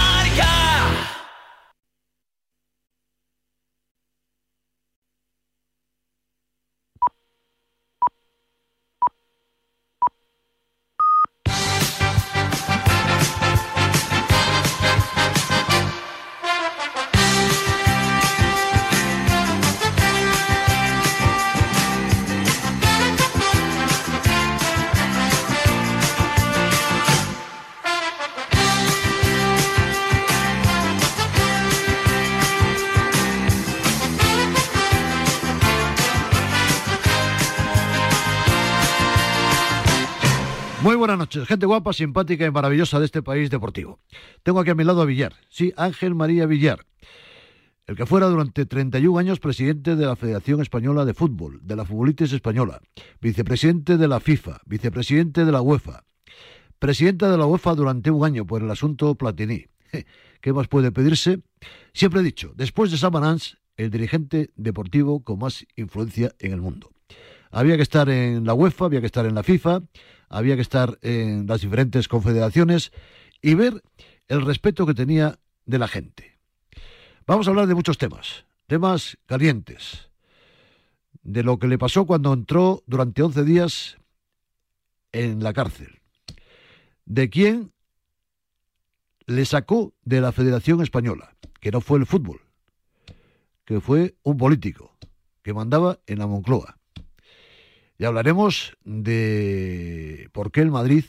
Muy buenas noches, gente guapa, simpática y maravillosa de este país deportivo. Tengo aquí a mi lado a Villar, sí, Ángel María Villar, el que fuera durante treinta y un años presidente de la Federación Española de Fútbol, de la Futbolitis Española, vicepresidente de la FIFA, vicepresidente de la UEFA, presidenta de la UEFA durante un año por el asunto Platini. ¿Qué más puede pedirse? Siempre he dicho, después de Samanans, el dirigente deportivo con más influencia en el mundo. Había que estar en la UEFA, había que estar en la FIFA, había que estar en las diferentes confederaciones y ver el respeto que tenía de la gente. Vamos a hablar de muchos temas, temas calientes, de lo que le pasó cuando entró durante once días en la cárcel, de quién le sacó de la Federación Española, que no fue el fútbol, que fue un político que mandaba en la Moncloa. Y hablaremos de por qué el Madrid,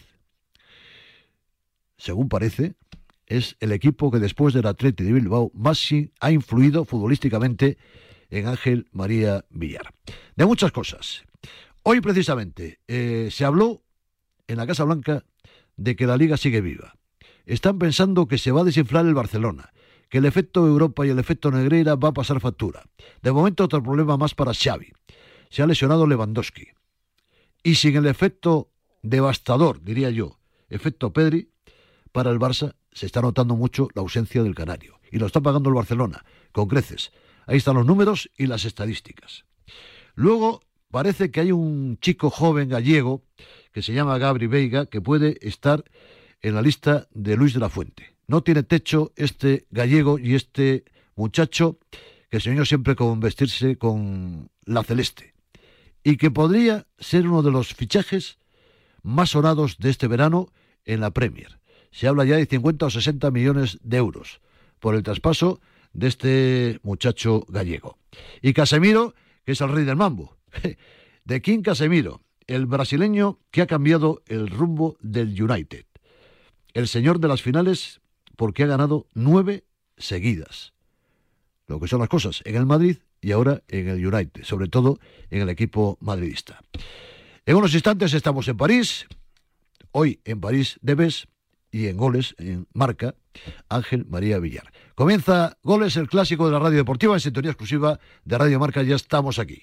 según parece, es el equipo que después del Athletic de Bilbao más ha influido futbolísticamente en Ángel María Villar. De muchas cosas. Hoy precisamente eh, se habló en la Casa Blanca de que la Liga sigue viva. Están pensando que se va a desinflar el Barcelona, que el efecto Europa y el efecto Negreira va a pasar factura. De momento otro problema más para Xavi. Se ha lesionado Lewandowski. Y sin el efecto devastador, diría yo, efecto Pedri, para el Barça se está notando mucho la ausencia del canario. Y lo está pagando el Barcelona, con creces. Ahí están los números y las estadísticas. Luego parece que hay un chico joven gallego que se llama Gabri Veiga, que puede estar en la lista de Luis de la Fuente. No tiene techo este gallego y este muchacho que se soñó siempre con vestirse con la celeste. Y que podría ser uno de los fichajes más sonados de este verano en la Premier. Se habla ya de cincuenta o sesenta millones de euros por el traspaso de este muchacho gallego. Y Casemiro, que es el rey del mambo. De King Casemiro, el brasileño que ha cambiado el rumbo del United. El señor de las finales porque ha ganado nueve seguidas. Lo que son las cosas en el Madrid y ahora en el United, sobre todo en el equipo madridista. En unos instantes estamos en París, hoy en París Debes y en Goles, en Marca, Ángel María Villar. Comienza Goles, el clásico de la radio deportiva en sintonía exclusiva de Radio Marca. Ya estamos aquí.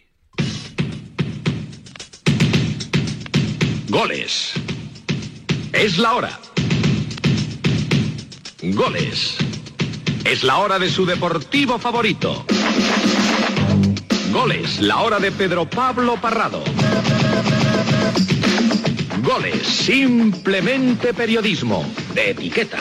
Goles. Es la hora. Goles. Es la hora de su deportivo favorito. Goles, la hora de Pedro Pablo Parrado. Goles, simplemente periodismo, de etiqueta.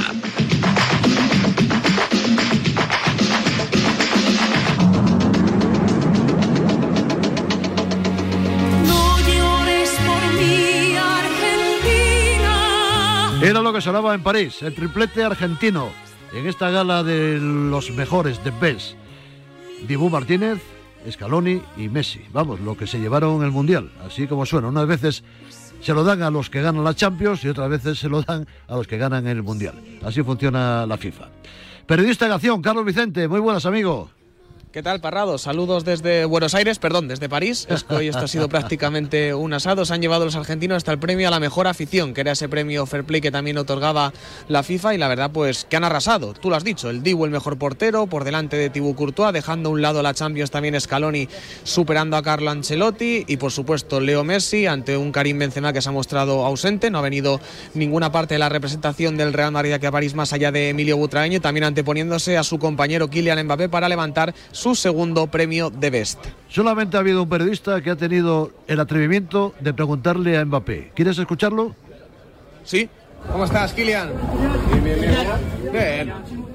No llores por mí, Argentina. Era lo que sonaba en París, el triplete argentino. en esta gala de los mejores, de best, Dibu Martínez, Scaloni y Messi. Vamos, lo que se llevaron el Mundial, así como suena. Unas veces se lo dan a los que ganan la Champions y otras veces se lo dan a los que ganan el Mundial. Así funciona la FIFA. Periodista de acción, Carlos Vicente, muy buenas, amigo. ¿Qué tal, Parrado? Saludos desde Buenos Aires, perdón, desde París. Es que hoy esto ha sido prácticamente un asado. Se han llevado los argentinos hasta el premio a la mejor afición, que era ese premio Fair Play que también otorgaba la FIFA, y la verdad, pues, que han arrasado. Tú lo has dicho, el Dibu el mejor portero, por delante de Thibaut Courtois, dejando a un lado la Champions también Scaloni, superando a Carlo Ancelotti, y por supuesto Leo Messi, ante un Karim Benzema que se ha mostrado ausente, no ha venido ninguna parte de la representación del Real Madrid aquí a París, más allá de Emilio Butragueño, también anteponiéndose a su compañero Kylian Mbappé para levantar su segundo premio de Best. Solamente ha habido un periodista que ha tenido el atrevimiento de preguntarle a Mbappé. ¿Quieres escucharlo? Sí. ¿Cómo estás, Kylian? Bien, bien, bien. Bien.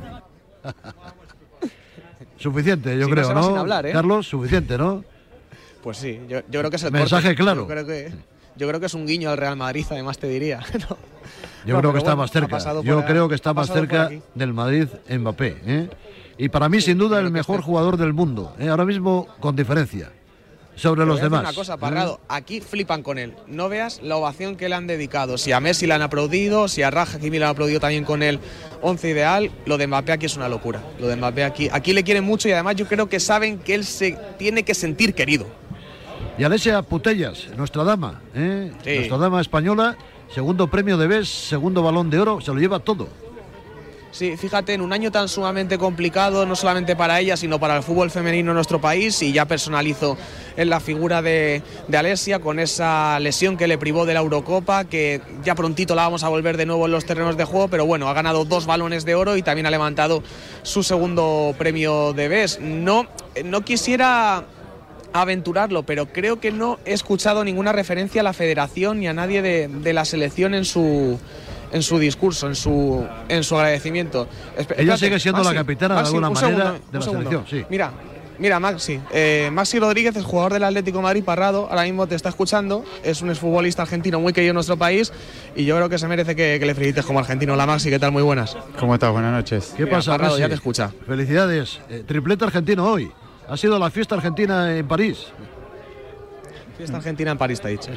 Suficiente, yo Si no creo, se ¿no? va sin hablar, ¿eh? Carlos, suficiente, ¿no? Pues sí, yo, yo creo que es el Mensaje corte. claro. Yo creo que, yo creo que es un guiño al Real Madrid, además te diría. No. Yo No, creo que pero está bueno, más ha cerca. pasado Yo por- creo que está ha más pasado por cerca aquí. del Madrid Mbappé, ¿eh? Y para mí, sin duda, el mejor jugador del mundo, ¿eh? Ahora mismo, con diferencia, sobre Te los voy a decir demás. Una cosa, Parrado, aquí flipan con él. No veas la ovación que le han dedicado. Si a Messi le han aplaudido, si a Raja Kimi le han aplaudido también con el once ideal, lo de Mbappé aquí es una locura. Lo de Mbappé aquí, aquí le quieren mucho, y además yo creo que saben que él se tiene que sentir querido. Y Alessia Putellas, nuestra dama, ¿eh? Sí. Nuestra dama española, segundo premio de Best, segundo Balón de Oro, se lo lleva todo. Sí, fíjate, en un año tan sumamente complicado, no solamente para ella, sino para el fútbol femenino en nuestro país, y ya personalizo en la figura de, de Alessia, con esa lesión que le privó de la Eurocopa, que ya prontito la vamos a volver de nuevo en los terrenos de juego, pero bueno, ha ganado dos balones de oro y también ha levantado su segundo premio de Best. No, no quisiera aventurarlo, pero creo que no he escuchado ninguna referencia a la federación ni a nadie de, de la selección en su... en su discurso, en su en su agradecimiento. Espe- Ella espérate, sigue siendo Maxi, la capitana de Maxi, alguna un manera segundo, de un la segundo. selección, sí. Mira, mira, Maxi, eh, Maxi Rodríguez, el jugador del Atlético de Madrid, Parrado, ahora mismo te está escuchando, es un exfutbolista argentino muy querido en nuestro país, y yo creo que se merece que, que le felicites como argentino. Hola, Maxi, ¿qué tal? Muy buenas. ¿Cómo estás? Buenas noches. ¿Qué Mira, pasa, Parrado, Messi? ya te escucha. Felicidades. Eh, triplete argentino hoy. Ha sido la fiesta argentina en París. Fiesta argentina en París, te ha dicho.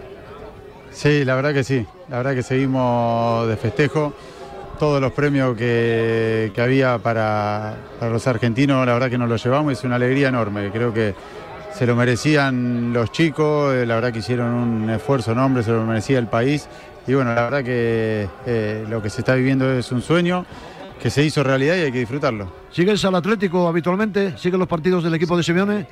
Sí, la verdad que sí. La verdad que seguimos de festejo. Todos los premios que, que había para, para los argentinos, la verdad que nos los llevamos. Es una alegría enorme. Creo que se lo merecían los chicos. eh, La verdad que hicieron un esfuerzo enorme, se lo merecía el país. Y bueno, la verdad que eh, lo que se está viviendo es un sueño que se hizo realidad y hay que disfrutarlo. ¿Sigues al Atlético habitualmente? ¿Sigues los partidos del equipo de Simeone?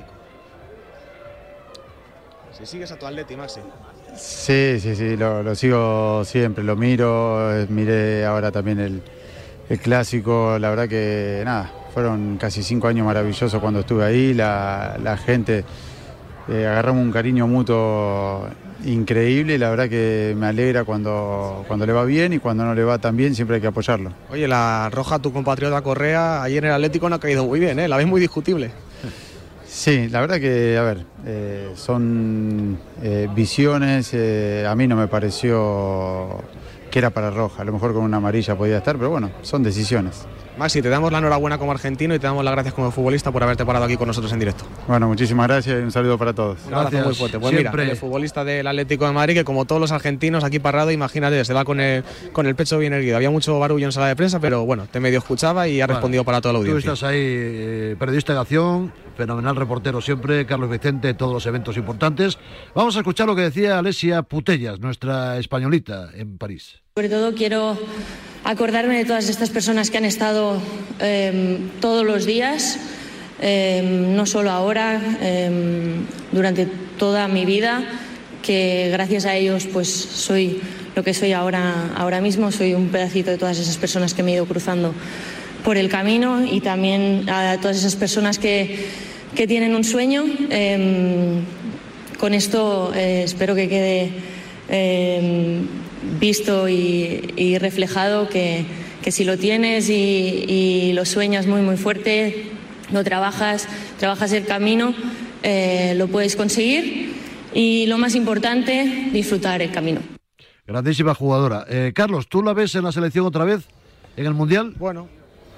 Si sigues a tu Atleti, Maxi. Sí, sí, sí, lo, lo sigo siempre, lo miro, eh, miré ahora también el, el clásico, la verdad que nada, fueron casi cinco años maravillosos cuando estuve ahí, la, la gente, eh, agarramos un cariño mutuo increíble y la verdad que me alegra cuando, cuando le va bien, y cuando no le va tan bien siempre hay que apoyarlo. Oye, la roja, tu compatriota Correa, ayer en el Atlético no ha caído muy bien, ¿eh? La ves muy discutible. Sí, la verdad que, a ver, eh, son eh, visiones, eh, a mí no me pareció que era para roja, a lo mejor con una amarilla podía estar, pero bueno, son decisiones. Maxi, te damos la enhorabuena como argentino y te damos las gracias como futbolista por haberte parado aquí con nosotros en directo. Bueno, muchísimas gracias y un saludo para todos. Un abrazo muy fuerte. Pues mira, el futbolista del Atlético de Madrid, que como todos los argentinos aquí parado, imagínate, se va con el, con el pecho bien erguido. Había mucho barullo en sala de prensa, pero bueno, te medio escuchaba y ha Bueno, respondido para toda la Tú audiencia. estás ahí, eh, periodista de acción, fenomenal reportero siempre, Carlos Vicente, todos los eventos importantes. Vamos a escuchar lo que decía Alessia Putellas, nuestra españolita en París. Sobre todo quiero acordarme de todas estas personas que han estado eh, todos los días, eh, no solo ahora, eh, durante toda mi vida, que gracias a ellos pues soy lo que soy ahora, ahora mismo, soy un pedacito de todas esas personas que me he ido cruzando por el camino, y también a todas esas personas que, que tienen un sueño. Eh, con esto eh, espero que quede eh, visto y, y reflejado que, que si lo tienes y, y lo sueñas muy muy fuerte, lo trabajas, trabajas el camino, eh, lo puedes conseguir, y lo más importante, disfrutar el camino. Grandísima jugadora. Eh, Carlos, ¿tú la ves en la selección otra vez? ¿En el Mundial? Bueno,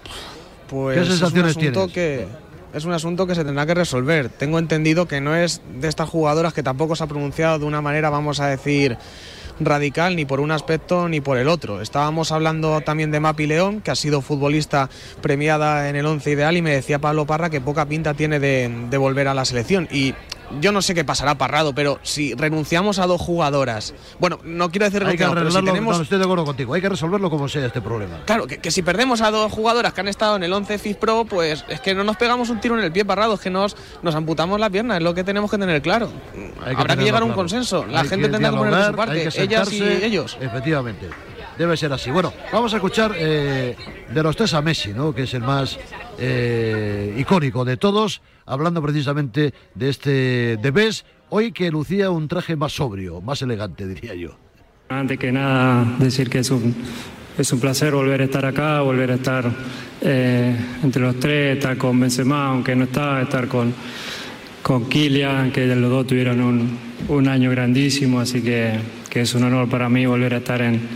Pues ¿Qué sensaciones es un asunto tienes? que es un asunto que se tendrá que resolver. Tengo entendido que no es de estas jugadoras que tampoco se ha pronunciado de una manera, vamos a decir, radical, ni por un aspecto ni por el otro. Estábamos hablando también de Mapi León, que ha sido futbolista premiada en el once ideal, y me decía Pablo Parra que poca pinta tiene de, de volver a la selección. Y yo no sé qué pasará, Parrado, pero si renunciamos a dos jugadoras, bueno, no quiero decir hay que renunciamos, pero si arreglarlo, tenemos... no, estoy de acuerdo contigo, hay que resolverlo como sea este problema. Claro, que, que si perdemos a dos jugadoras que han estado en el once FIFPro, pues es que no nos pegamos un tiro en el pie, Parrado, es que nos, nos amputamos la pierna, es lo que tenemos que tener claro. Hay que Habrá que llegar a un claro. consenso, la Hay gente que tendrá que poner de su dialogar, hay parte, que ellas y sentarse, ellos. Efectivamente, debe ser así. Bueno, vamos a escuchar eh, de los tres a Messi, ¿no? Que es el más eh, icónico de todos, hablando precisamente de este de Bes, hoy que lucía un traje más sobrio, más elegante, diría yo. Antes que nada, decir que es un, es un placer volver a estar acá, volver a estar eh, entre los tres, estar con Benzema, aunque no está, estar con, con Kylian, que los dos tuvieron un, un año grandísimo, así que, que es un honor para mí volver a estar en,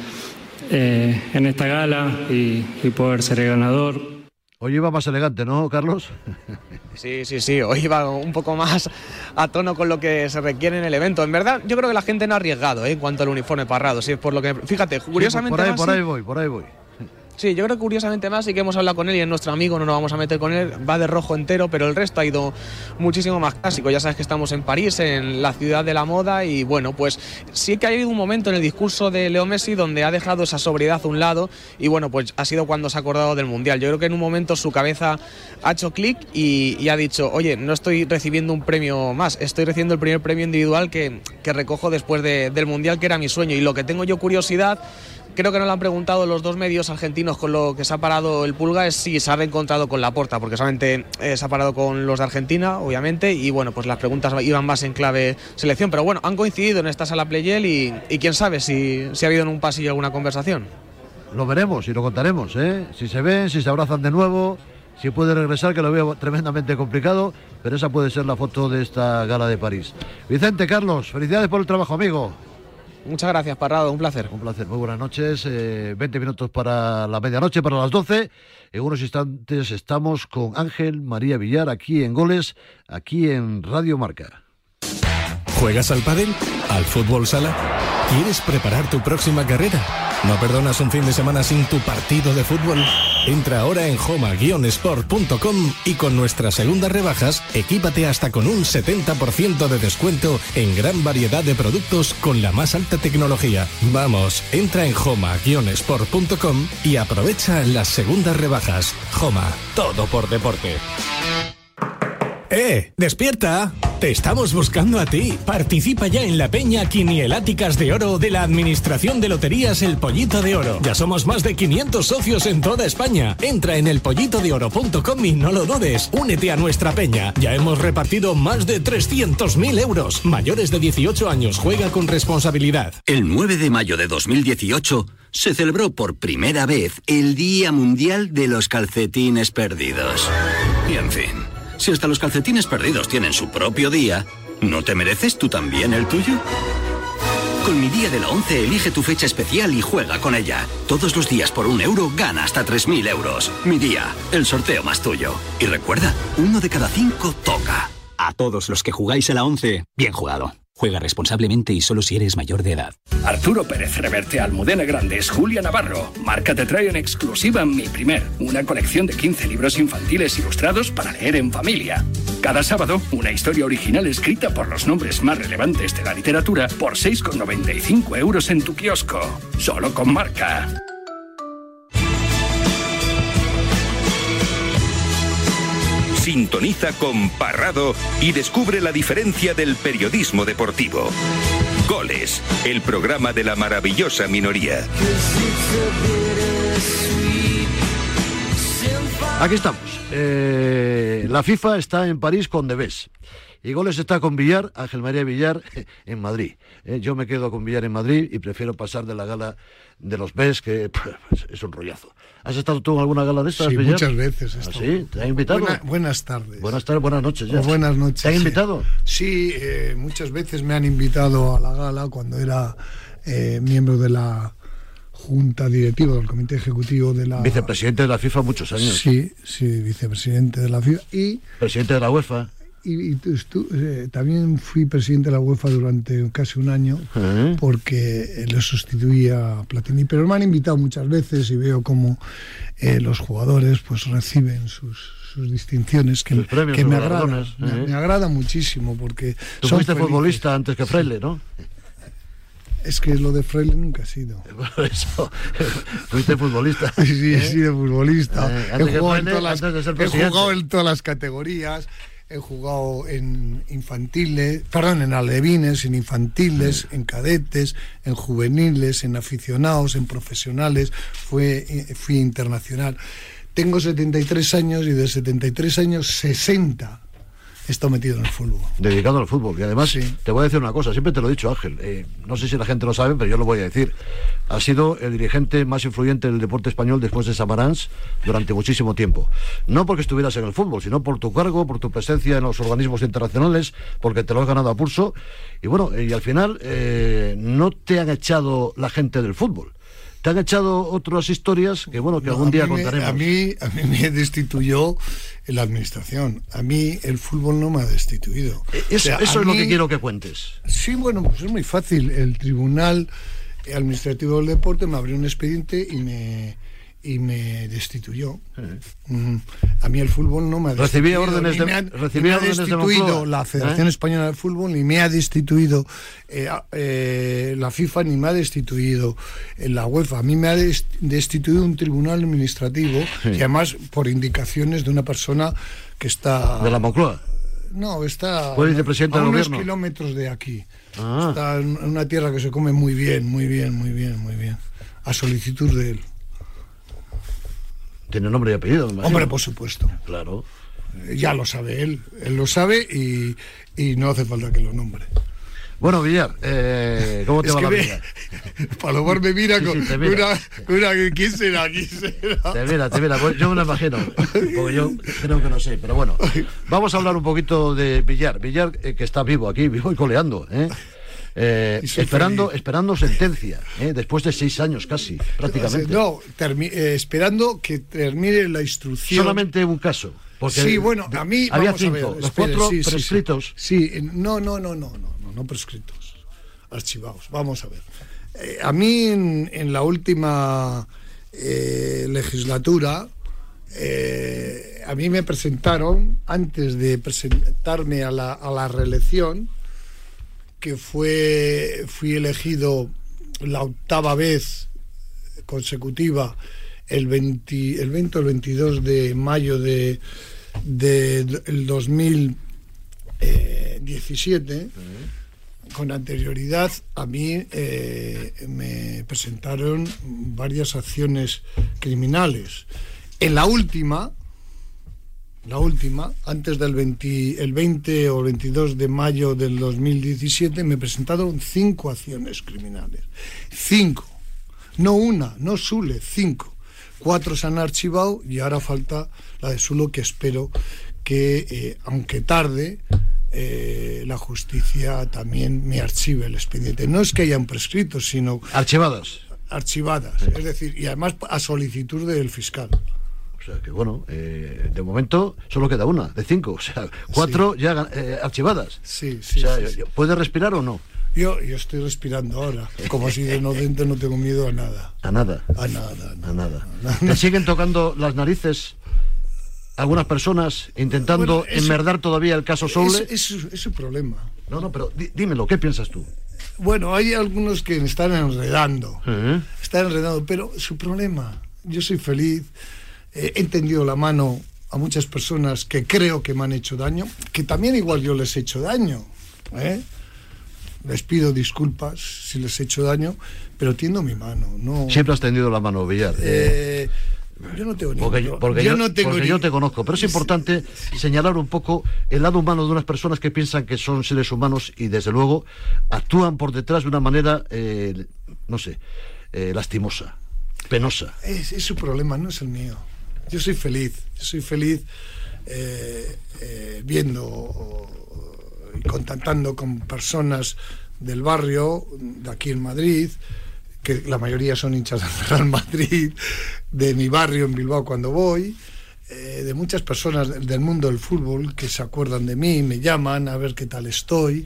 eh, en esta gala y, y poder ser el ganador. Hoy iba más elegante, ¿no, Carlos? Sí, sí, sí, hoy va un poco más a tono con lo que se requiere en el evento. En verdad, yo creo que la gente no ha arriesgado, ¿eh? En cuanto al uniforme Parrado, sí, es por lo que... Fíjate, curiosamente... Sí, por ahí, más, por sí, ahí voy, por ahí voy. Sí, yo creo que curiosamente más, sí que hemos hablado con él y es nuestro amigo, no nos vamos a meter con él, va de rojo entero, pero el resto ha ido muchísimo más clásico. Ya sabes que estamos en París, en la ciudad de la moda, y bueno, pues sí que ha habido un momento en el discurso de Leo Messi donde ha dejado esa sobriedad a un lado y bueno, pues ha sido cuando se ha acordado del Mundial. Yo creo que en un momento su cabeza ha hecho clic y, y ha dicho, oye, no estoy recibiendo un premio más, estoy recibiendo el primer premio individual que, que recojo después de, del Mundial, que era mi sueño. Y lo que tengo yo curiosidad, creo que no le han preguntado los dos medios argentinos con lo que se ha parado el Pulga, es si se ha reencontrado con Laporta, porque solamente eh, se ha parado con los de Argentina, obviamente, y bueno, pues las preguntas iban más en clave selección, pero bueno, han coincidido en esta sala Playel y, y quién sabe si, si ha habido en un pasillo alguna conversación. Lo veremos y lo contaremos, ¿eh? Si se ven, si se abrazan de nuevo, si puede regresar, que lo veo tremendamente complicado, pero esa puede ser la foto de esta gala de París. Vicente, Carlos, felicidades por el trabajo, amigo. Muchas gracias, Parrado, un placer. Un placer, muy buenas noches. Eh, veinte minutos para la medianoche, para las doce. En unos instantes estamos con Ángel María Villar aquí en Goles, aquí en Radio Marca. ¿Juegas al pádel? ¿Al fútbol sala? ¿Quieres preparar tu próxima carrera? ¿No perdonas un fin de semana sin tu partido de fútbol? Entra ahora en homa guion sport punto com y con nuestras segundas rebajas, equípate hasta con un setenta por ciento de descuento en gran variedad de productos con la más alta tecnología. Vamos, entra en homa guion sport punto com y aprovecha las segundas rebajas. Homa, todo por deporte. ¡Eh! ¡Despierta! Te estamos buscando a ti. Participa ya en la Peña Quinieláticas de Oro de la Administración de Loterías El Pollito de Oro. Ya somos más de quinientos socios en toda España. Entra en el pollito de oro punto com y no lo dudes. Únete a nuestra peña. Ya hemos repartido más de trescientos mil euros. Mayores de dieciocho años, juega con responsabilidad. El nueve de mayo de dos mil dieciocho se celebró por primera vez el Día Mundial de los Calcetines Perdidos. Y en fin, si hasta los calcetines perdidos tienen su propio día, ¿no te mereces tú también el tuyo? Con Mi Día de la Once elige tu fecha especial y juega con ella. Todos los días por un euro gana hasta tres mil euros. Mi Día, el sorteo más tuyo. Y recuerda, uno de cada cinco toca. A todos los que jugáis a la Once, bien jugado. Juega responsablemente y solo si eres mayor de edad. Arturo Pérez Reverte, Almudena Grandes, Julia Navarro. Marca te trae en exclusiva Mi Primer, una colección de quince libros infantiles ilustrados para leer en familia. Cada sábado, una historia original escrita por los nombres más relevantes de la literatura por seis con noventa y cinco euros en tu kiosco. Solo con Marca. Sintoniza con Parrado y descubre la diferencia del periodismo deportivo. Goles, el programa de la maravillosa minoría. Aquí estamos. Eh, la FIFA está en París con Debes. Y Goles está con Villar, Ángel María Villar, en Madrid. Eh, yo me quedo con Villar en Madrid y prefiero pasar de la gala de los B E S, que pues, es un rollazo. ¿Has estado tú en alguna gala de estas, Sí, Villar? muchas veces. ¿Ah, sí? ¿Te han invitado? Buena, buenas tardes. Buenas tardes, buenas noches ya. O buenas noches. ¿Te han sí. invitado? Sí, eh, muchas veces me han invitado a la gala cuando era eh, miembro de la junta directiva del comité ejecutivo de la... Vicepresidente de la FIFA muchos años. Sí, sí, vicepresidente de la FIFA y... Presidente de la UEFA. Y, y tú, tú, eh, también fui presidente de la UEFA durante casi un año, ¿eh? Porque le sustituía a Platini, pero me han invitado muchas veces y veo cómo eh, los jugadores pues reciben sus, sus distinciones que, premios, que me agrada, ¿eh? me, me agrada muchísimo porque tú son fuiste felices. Futbolista antes que Fraile, ¿no? Es que lo de Fraile nunca ha sido. Por eso, fuiste futbolista. Sí, sí, ¿eh? he sido futbolista. Eh, he, antes jugado Fraile, en todas las, antes de ser he presidente. jugado en todas las categorías. He jugado en infantiles, perdón, en alevines, en infantiles, sí. En cadetes, en juveniles, en aficionados, en profesionales. Fue, fui internacional. Tengo setenta y tres años y de setenta y tres años, sesenta he estado metido en el fútbol. Dedicado al fútbol. Y además, sí. Te voy a decir una cosa, siempre te lo he dicho, Ángel, eh, no sé si la gente lo sabe, pero yo lo voy a decir. Has sido el dirigente más influyente del deporte español después de Samaranch durante muchísimo tiempo. No porque estuvieras en el fútbol, sino por tu cargo, por tu presencia en los organismos internacionales, porque te lo has ganado a pulso. Y bueno, y al final eh, no te han echado la gente del fútbol. Te han echado otras historias que, bueno, que no, algún día me, contaremos. A mí, a mí me destituyó la administración. A mí el fútbol no me ha destituido. Eso, o sea, eso es mí, lo que quiero que cuentes. Sí, bueno, pues es muy fácil. El Tribunal Administrativo del Deporte me abrió un expediente y me... y me destituyó. Sí. Mm, a mí el fútbol no me ha recibía destituido. Órdenes de, me ha, recibía me ha órdenes destituido de la Federación ¿Eh? Española de Fútbol, ni me ha destituido eh, eh, la FIFA, ni me ha destituido eh, la UEFA. A mí me ha destituido un tribunal administrativo, sí. Y además por indicaciones de una persona que está... ¿De la Moncloa? No, está ¿Fue vicepresidente a del unos gobierno? Kilómetros de aquí. Ah. Está en una tierra que se come muy bien, muy bien, muy bien, muy bien. A solicitud de él. Tiene nombre y apellido, me imagino. Hombre, por supuesto. Claro. Ya lo sabe él, él lo sabe y, y no hace falta que lo nombre. Bueno, Villar, eh, ¿cómo te es va que la me, vida? Palomar me mira, sí, con, sí, te mira. Una, con una... ¿Quién será? ¿Quién será? Te mira, te mira. Pues yo me lo imagino, porque yo creo que no sé. Pero bueno, vamos a hablar un poquito de Villar. Villar, eh, que está vivo aquí, vivo y coleando, ¿eh? Eh, esperando feliz. esperando sentencia, ¿eh? Después de seis años casi, prácticamente. No, eh, esperando que termine la instrucción. Solamente un caso. Porque sí, bueno, a mí había vamos cinco, a ver, los espere, cuatro sí, prescritos. Sí, sí. sí, no, no, no, no, no, no, no prescritos, archivados. Vamos a ver. Eh, a mí en, en la última eh, legislatura, eh, a mí me presentaron antes de presentarme a la, a la reelección, que fue fui elegido la octava vez consecutiva el veinte, el veinte o el veintidós de mayo de, de, de el dos mil diecisiete. Uh-huh. Con anterioridad a mí eh, me presentaron varias acciones criminales. En la última La última, antes del veinte, el veinte o veintidós de mayo del dos mil diecisiete, me presentaron cinco acciones criminales. Cinco. No una, no Sule, cinco. Cuatro se han archivado y ahora falta la de Sulo, que espero que, eh, aunque tarde, eh, la justicia también me archive el expediente. No es que hayan prescrito, sino... Archivadas. Archivadas, sí. Es decir, y además a solicitud del fiscal. O sea que bueno, eh, de momento solo queda una, de cinco, o sea, cuatro sí. ya eh, archivadas. Sí, sí. O sea, sí, sí. ¿puede respirar o no? Yo, yo estoy respirando ahora, como si de inocente no tengo miedo a nada. ¿A nada? A nada. A nada. nada. ¿Te siguen tocando las narices algunas personas intentando bueno, eso, enmerdar todavía el caso Soule? Es, es, es su problema. No, no, pero dí, dímelo, ¿qué piensas tú? Bueno, hay algunos que me están enredando, ¿Eh? están enredando, pero su problema, yo soy feliz. Eh, he tendido la mano a muchas personas que creo que me han hecho daño, que también igual yo les he hecho daño, ¿eh? Les pido disculpas si les he hecho daño, pero tiendo mi mano. No... Siempre has tendido la mano, Villar. Eh, yo no tengo porque, ningún... porque, yo, yo, no tengo porque ni... yo te conozco, pero es importante sí. señalar un poco el lado humano de unas personas que piensan que son seres humanos y desde luego actúan por detrás de una manera, eh, no sé, eh, lastimosa, penosa. Es, es su problema, no es el mío. Yo soy feliz, yo soy feliz eh, eh, viendo y contactando con personas del barrio, de aquí en Madrid, que la mayoría son hinchas del Real Madrid, de mi barrio en Bilbao cuando voy, eh, de muchas personas del mundo del fútbol que se acuerdan de mí, me llaman a ver qué tal estoy.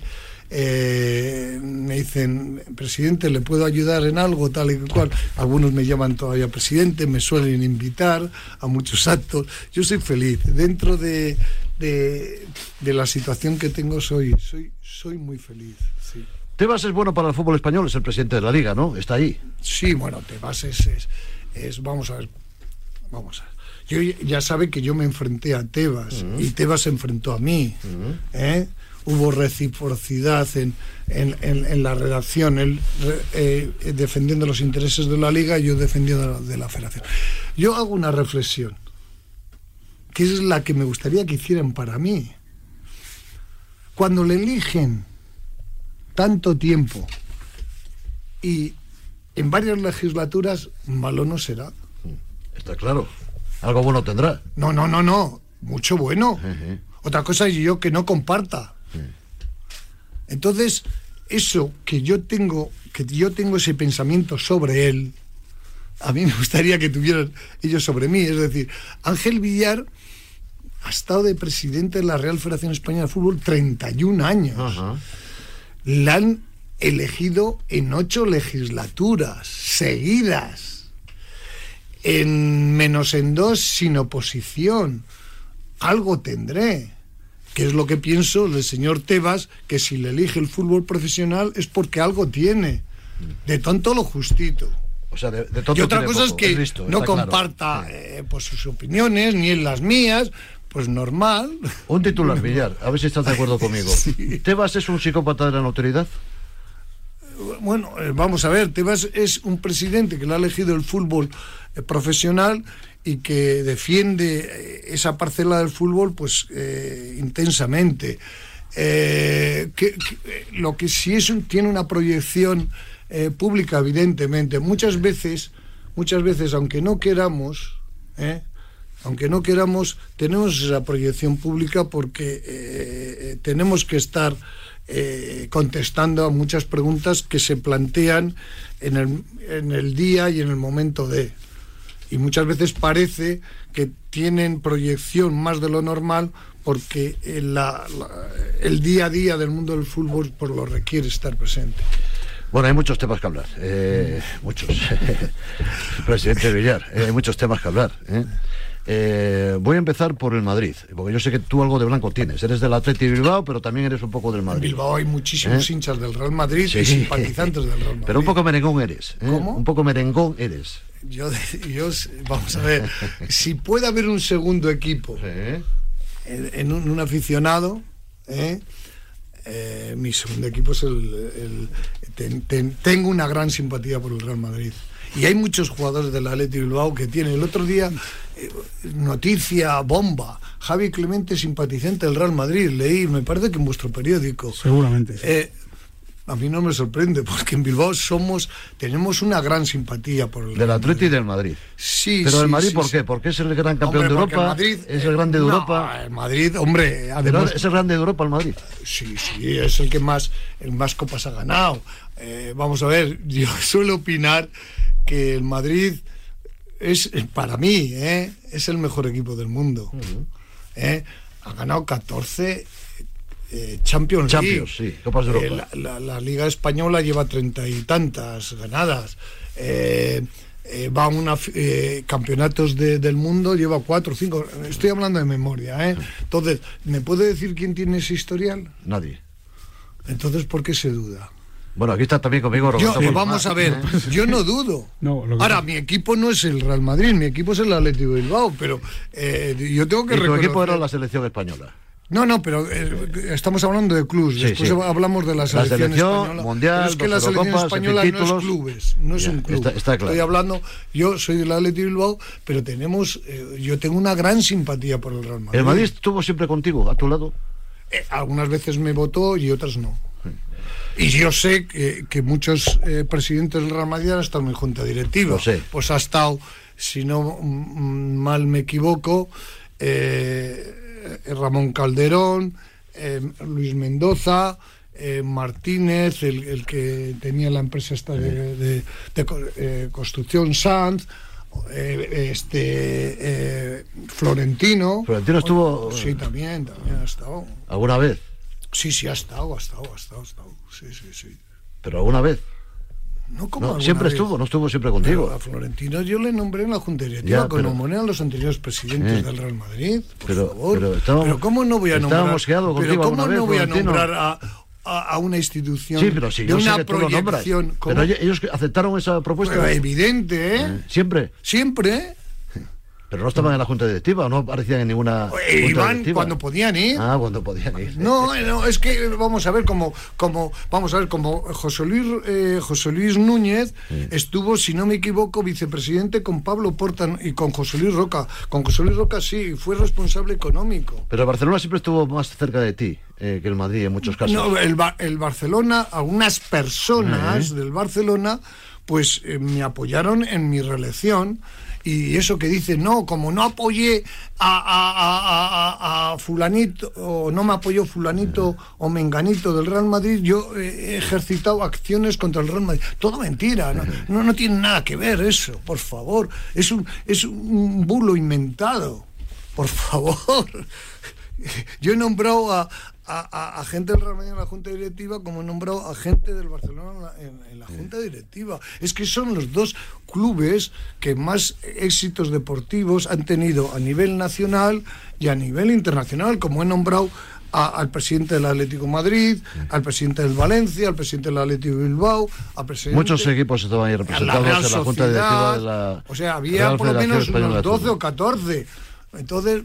Eh, me dicen, presidente, ¿le puedo ayudar en algo? Tal y cual. Algunos me llaman todavía presidente, me suelen invitar a muchos actos. Yo soy feliz. Dentro de, de, de la situación que tengo, soy, soy, soy muy feliz. Sí. Tebas es bueno para el fútbol español, es el presidente de la Liga, ¿no? Está ahí. Sí, bueno, Tebas es, es, es vamos a ver, vamos a ver. Yo ya sabe que yo me enfrenté a Tebas, uh-huh. y Tebas se enfrentó a mí, uh-huh. ¿eh? Hubo reciprocidad en, en, en, en la redacción, él eh, defendiendo los intereses de la Liga y yo defendiendo de la Federación. Yo hago una reflexión, que es la que me gustaría que hicieran para mí. Cuando le eligen tanto tiempo y en varias legislaturas, malo no será. Está claro. Algo bueno tendrá. No, no, no, no. Mucho bueno. Uh-huh. Otra cosa es yo que no comparta. Entonces, eso que yo tengo, que yo tengo ese pensamiento sobre él, a mí me gustaría que tuvieran ellos sobre mí. Es decir, Ángel Villar ha estado de presidente de la Real Federación Española de Fútbol treinta y un años. Uh-huh. La han elegido en ocho legislaturas seguidas, en menos en dos sin oposición. Algo tendré. Que es lo que pienso del señor Tebas, que si le elige el fútbol profesional es porque algo tiene. De tonto lo justito. O sea, de, de tonto y otra cosa poco, es que es listo, no claro. comparta eh, pues sus opiniones, ni en las mías, pues normal. Un titular, Villar, a ver si estás de acuerdo conmigo. Sí. ¿Tebas es un psicópata de la notoriedad? Bueno, eh, vamos a ver, Tebas es un presidente que le ha elegido el fútbol eh, profesional y que defiende esa parcela del fútbol pues eh, intensamente. Eh, que, que, lo que sí es un, tiene una proyección eh, pública, evidentemente. Muchas veces, muchas veces, aunque no queramos, eh, aunque no queramos, tenemos esa proyección pública porque eh, tenemos que estar eh, contestando a muchas preguntas que se plantean en el, en el día y en el momento de. Y muchas veces parece que tienen proyección más de lo normal porque la, la, el día a día del mundo del fútbol pues lo requiere estar presente. Bueno, hay muchos temas que hablar, eh, muchos. Presidente Villar, eh, hay muchos temas que hablar. ¿eh? Eh, voy a empezar por el Madrid, porque yo sé que tú algo de blanco tienes. Eres del Athletic Bilbao, pero también eres un poco del Madrid. En Bilbao hay muchísimos ¿Eh? hinchas del Real Madrid sí. y simpatizantes del Real Madrid. Pero un poco merengón eres. ¿eh? ¿Cómo? Un poco merengón eres. Yo, yo, vamos a ver, si puede haber un segundo equipo ¿Eh? en, en un, un aficionado, ¿eh? Eh, mi segundo equipo es el... el ten, ten, tengo una gran simpatía por el Real Madrid. Y hay muchos jugadores del Athletic Bilbao que tienen. El otro día, eh, noticia bomba, Javi Clemente simpatizante del Real Madrid, leí, me parece que en vuestro periódico. Seguramente. Eh, a mí no me sorprende, porque en Bilbao somos, tenemos una gran simpatía por el del Athletic y del Madrid. Sí, Pero sí, el Madrid, sí, ¿por sí. qué? Porque es el gran campeón hombre, de Europa, Madrid, es el grande de no, Europa. El Madrid, hombre, además... ¿Es el grande de Europa el Madrid? Sí, sí, es el que más, el más copas ha ganado. Eh, vamos a ver, yo suelo opinar que el Madrid es, para mí, ¿eh? es el mejor equipo del mundo. Uh-huh. ¿eh? Ha ganado catorce eh, Champions, Champions League. sí, Copas de Europa. Eh, la, la, la Liga Española lleva treinta y tantas ganadas. Eh, eh, va a una eh, campeonatos de, del mundo, lleva cuatro o cinco. Estoy hablando de memoria, ¿eh? Entonces, ¿me puede decir quién tiene ese historial? Nadie. Entonces, ¿por qué se duda? Bueno, aquí está también conmigo Roberto. Yo, vamos a ver, yo no dudo. No, lo que Ahora, sí. mi equipo no es el Real Madrid, mi equipo es el Athletic Bilbao, pero eh, yo tengo que y tu reconocer... equipo era la selección española. No, no, pero eh, estamos hablando de clubes, sí, después sí. hablamos de la selección, la selección española. mundial, pero es que la selección Eurocopas, española títulos, no es clubes, no es ya, un club. Está, está claro. Estoy hablando, yo soy del Athletic Bilbao, pero tenemos, eh, yo tengo una gran simpatía por el Real Madrid. ¿El Madrid estuvo siempre contigo, a tu lado? Eh, algunas veces me votó y otras no. Sí. Y yo sé que, que muchos eh, presidentes del Real Madrid han estado en mi junta directiva. Lo sé. Pues ha estado, si no m- mal me equivoco, eh, Ramón Calderón, eh, Luis Mendoza, eh, Martínez, el, el que tenía la empresa esta de, de, de eh, construcción Sanz, eh, este eh, Florentino. Florentino estuvo. Sí, también, también ha estado. ¿Alguna vez? Sí, sí, ha estado, ha estado, ha estado, ha estado. Sí, sí, sí. ¿Pero alguna vez? No, como no, siempre vez. estuvo, no estuvo siempre contigo. Pero a Florentino yo le nombré en la Junta Directiva Ya, con pero, neumonía a los anteriores presidentes sí. del Real Madrid, por pero, favor. Pero, estábamos, pero ¿cómo no voy a nombrar? Contigo pero ¿cómo no vez, voy a Florentino? nombrar a, a, a una institución sí, pero si de yo una sé que tú lo nombras. proyección? Pero ellos aceptaron esa propuesta. Pero evidente, ¿eh? Siempre. Siempre. Pero no estaban en la Junta Directiva, no aparecían en ninguna eh, Junta Iban Directiva. cuando podían ir. Ah, cuando podían ir. No, no, es que vamos a ver como, como vamos a ver como José Luis eh, José Luis Núñez sí. estuvo, si no me equivoco, vicepresidente con Pablo Porta y con José Luis Roca. Con José Luis Roca sí, fue responsable económico. Pero Barcelona siempre estuvo más cerca de ti eh, que el Madrid en muchos casos. No, el, el Barcelona, algunas personas uh-huh. del Barcelona, pues eh, me apoyaron en mi reelección. Y eso que dice, no, como no apoyé a, a, a, a, a fulanito, o no me apoyó fulanito o menganito del Real Madrid, yo he ejercitado acciones contra el Real Madrid. Todo mentira, no, no, no tiene nada que ver eso, por favor. Es un, es un bulo inventado, por favor. Yo he nombrado a, a, a, a gente del Real Madrid en la Junta Directiva como he nombrado a gente del Barcelona en la, en, en la Junta Directiva. Es que son los dos clubes que más éxitos deportivos han tenido a nivel nacional y a nivel internacional, como he nombrado a, al presidente del Atlético de Madrid, al presidente del Valencia, al presidente del Atlético de Bilbao, al presidente... Muchos equipos estaban ahí representados la en la Junta Directiva de la... O sea, había Real por lo menos unos doce o catorce. Entonces,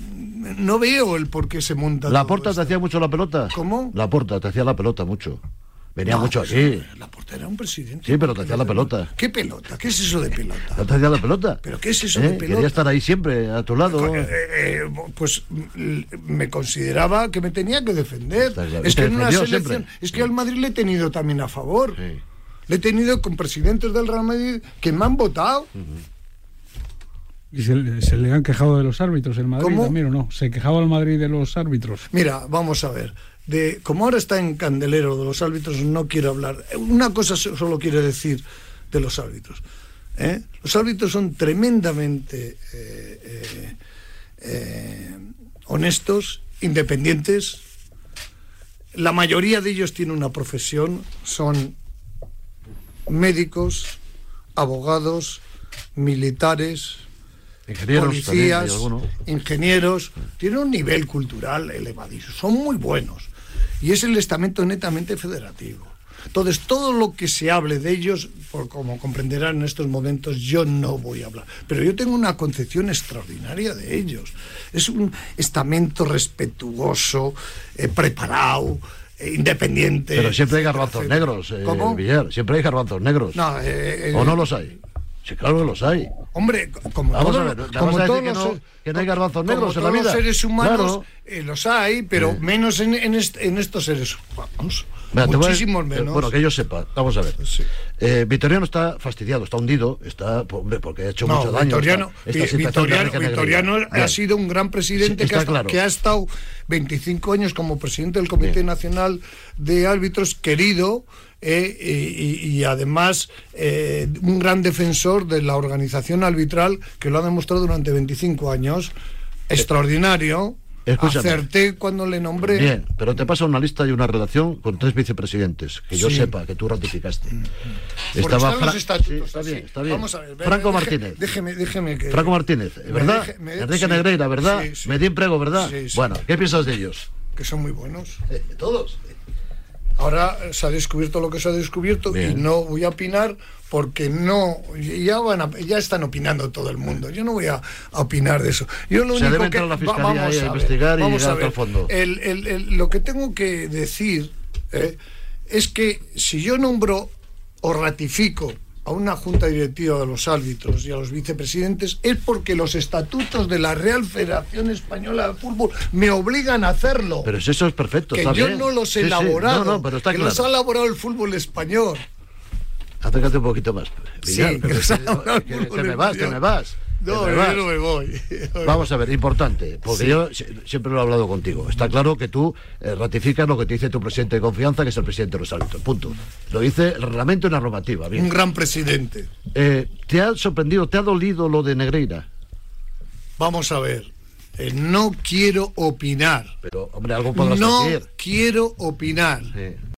no veo el por qué se monta. ¿La Porta te hacía mucho la pelota? ¿Cómo? La Porta te hacía la pelota mucho. Venía no, mucho pues, aquí. La Porta era un presidente. Sí, pero te hacía la pelota. ¿Qué pelota? ¿Qué es eso de pelota? ¿No te hacía la pelota? ¿Pero qué es eso ¿Eh? de pelota? Quería estar ahí siempre, a tu lado. Eh, eh, pues me consideraba que me tenía que defender. Claro. Es que en una selección... Siempre. Es que al Madrid le he tenido también a favor. Sí. Le he tenido con presidentes del Real Madrid que me han votado. Uh-huh. ¿Y se, se le han quejado de los árbitros el Madrid ¿Cómo? también o no? ¿Se quejaba el Madrid de los árbitros? Mira, vamos a ver. De, como ahora está en candelero de los árbitros, no quiero hablar. Una cosa solo quiero decir de los árbitros. ¿eh? Los árbitros son tremendamente eh, eh, eh, honestos, independientes. La mayoría de ellos tienen una profesión, son médicos, abogados, militares, ingenieros, policías, también, ingenieros, tienen un nivel cultural elevadísimo, son muy buenos. Y es el estamento netamente federativo. Entonces, todo lo que se hable de ellos, por como comprenderán en estos momentos, yo no voy a hablar. Pero yo tengo una concepción extraordinaria de ellos. Es un estamento respetuoso, eh, preparado, eh, independiente. Pero siempre hay garbanzos negros, eh, ¿Cómo? Villar. Siempre hay garbanzos negros. No, eh, eh, ¿O no los hay? Sí, claro que los hay. Hombre, como Vamos todo, a ver, ¿te como vas a decir todos que los, no, que no hay garbanzos negros como en la vida? todos los seres humanos Claro. eh, los hay, pero Eh. menos en, en, est, en estos seres humanos. Mira, te voy a- Muchísimos eh, menos. Bueno, que yo sepa, vamos a ver. Sí. Eh, Vitoriano está fastidiado, está hundido, está, pues, hombre, porque ha hecho No, mucho daño. Vitoriano, esta- esta Vi- situación de Vitoriano, Enrique Negreira. Vitoriano ha Bien. sido un gran presidente Sí, que, ha, está claro. que ha estado veinticinco años como presidente del Comité Bien. Nacional de Árbitros, querido, eh, y, y- y además eh, un gran defensor de la organización arbitral, que lo ha demostrado durante veinticinco años. Extraordinario. Escúchame. Acerté cuando le nombré. Bien, pero te pasa una lista y una relación con tres vicepresidentes, que yo Sí. sepa, que tú ratificaste. Porque Estaba están los Fra- estatutos Sí, está así. bien, está bien. Vamos a ver, ve- Franco deje- Martínez. Déjeme, déjeme que. Franco Martínez, Me ¿verdad? deje- me- Enrique sí. Negreira, ¿verdad? Sí, sí. Medín Prego, ¿verdad? Sí, sí. Bueno, ¿qué piensas de ellos? Que son muy buenos. Eh, todos. Ahora se ha descubierto lo que se ha descubierto Bien. y no voy a opinar porque no, ya van a- ya están opinando todo el mundo. Yo no voy a, a opinar de eso. Yo lo Se único debe que entrar a la va- fiscalía vamos ahí a ver, investigar y vamos llegar a hasta ver. el fondo. El- el- el- lo que tengo que decir eh, es que si yo nombro o ratifico a una junta directiva de los árbitros y a los vicepresidentes es porque los estatutos de la Real Federación Española de Fútbol me obligan a hacerlo. Pero si eso es perfecto, que está yo bien. no los he Sí, sí. elaborado, No, no, pero está que claro. los ha elaborado el fútbol español. Acércate un poquito más. Sí, Villar, que los ha elaborado el que- fútbol te me vas, te español. me vas. No, yo no me voy. Vamos a ver, importante, porque sí. yo siempre lo he hablado contigo. Está claro que tú eh, ratificas lo que te dice tu presidente de confianza, que es el presidente de los árbitros. Punto. Lo dice el reglamento y la normativa. Bien. Un gran presidente. Eh, ¿Te ha sorprendido, te ha dolido lo de Negreira? Vamos a ver. Eh, no quiero opinar. Pero, hombre, algo podrás no decir. No quiero opinar. Sí.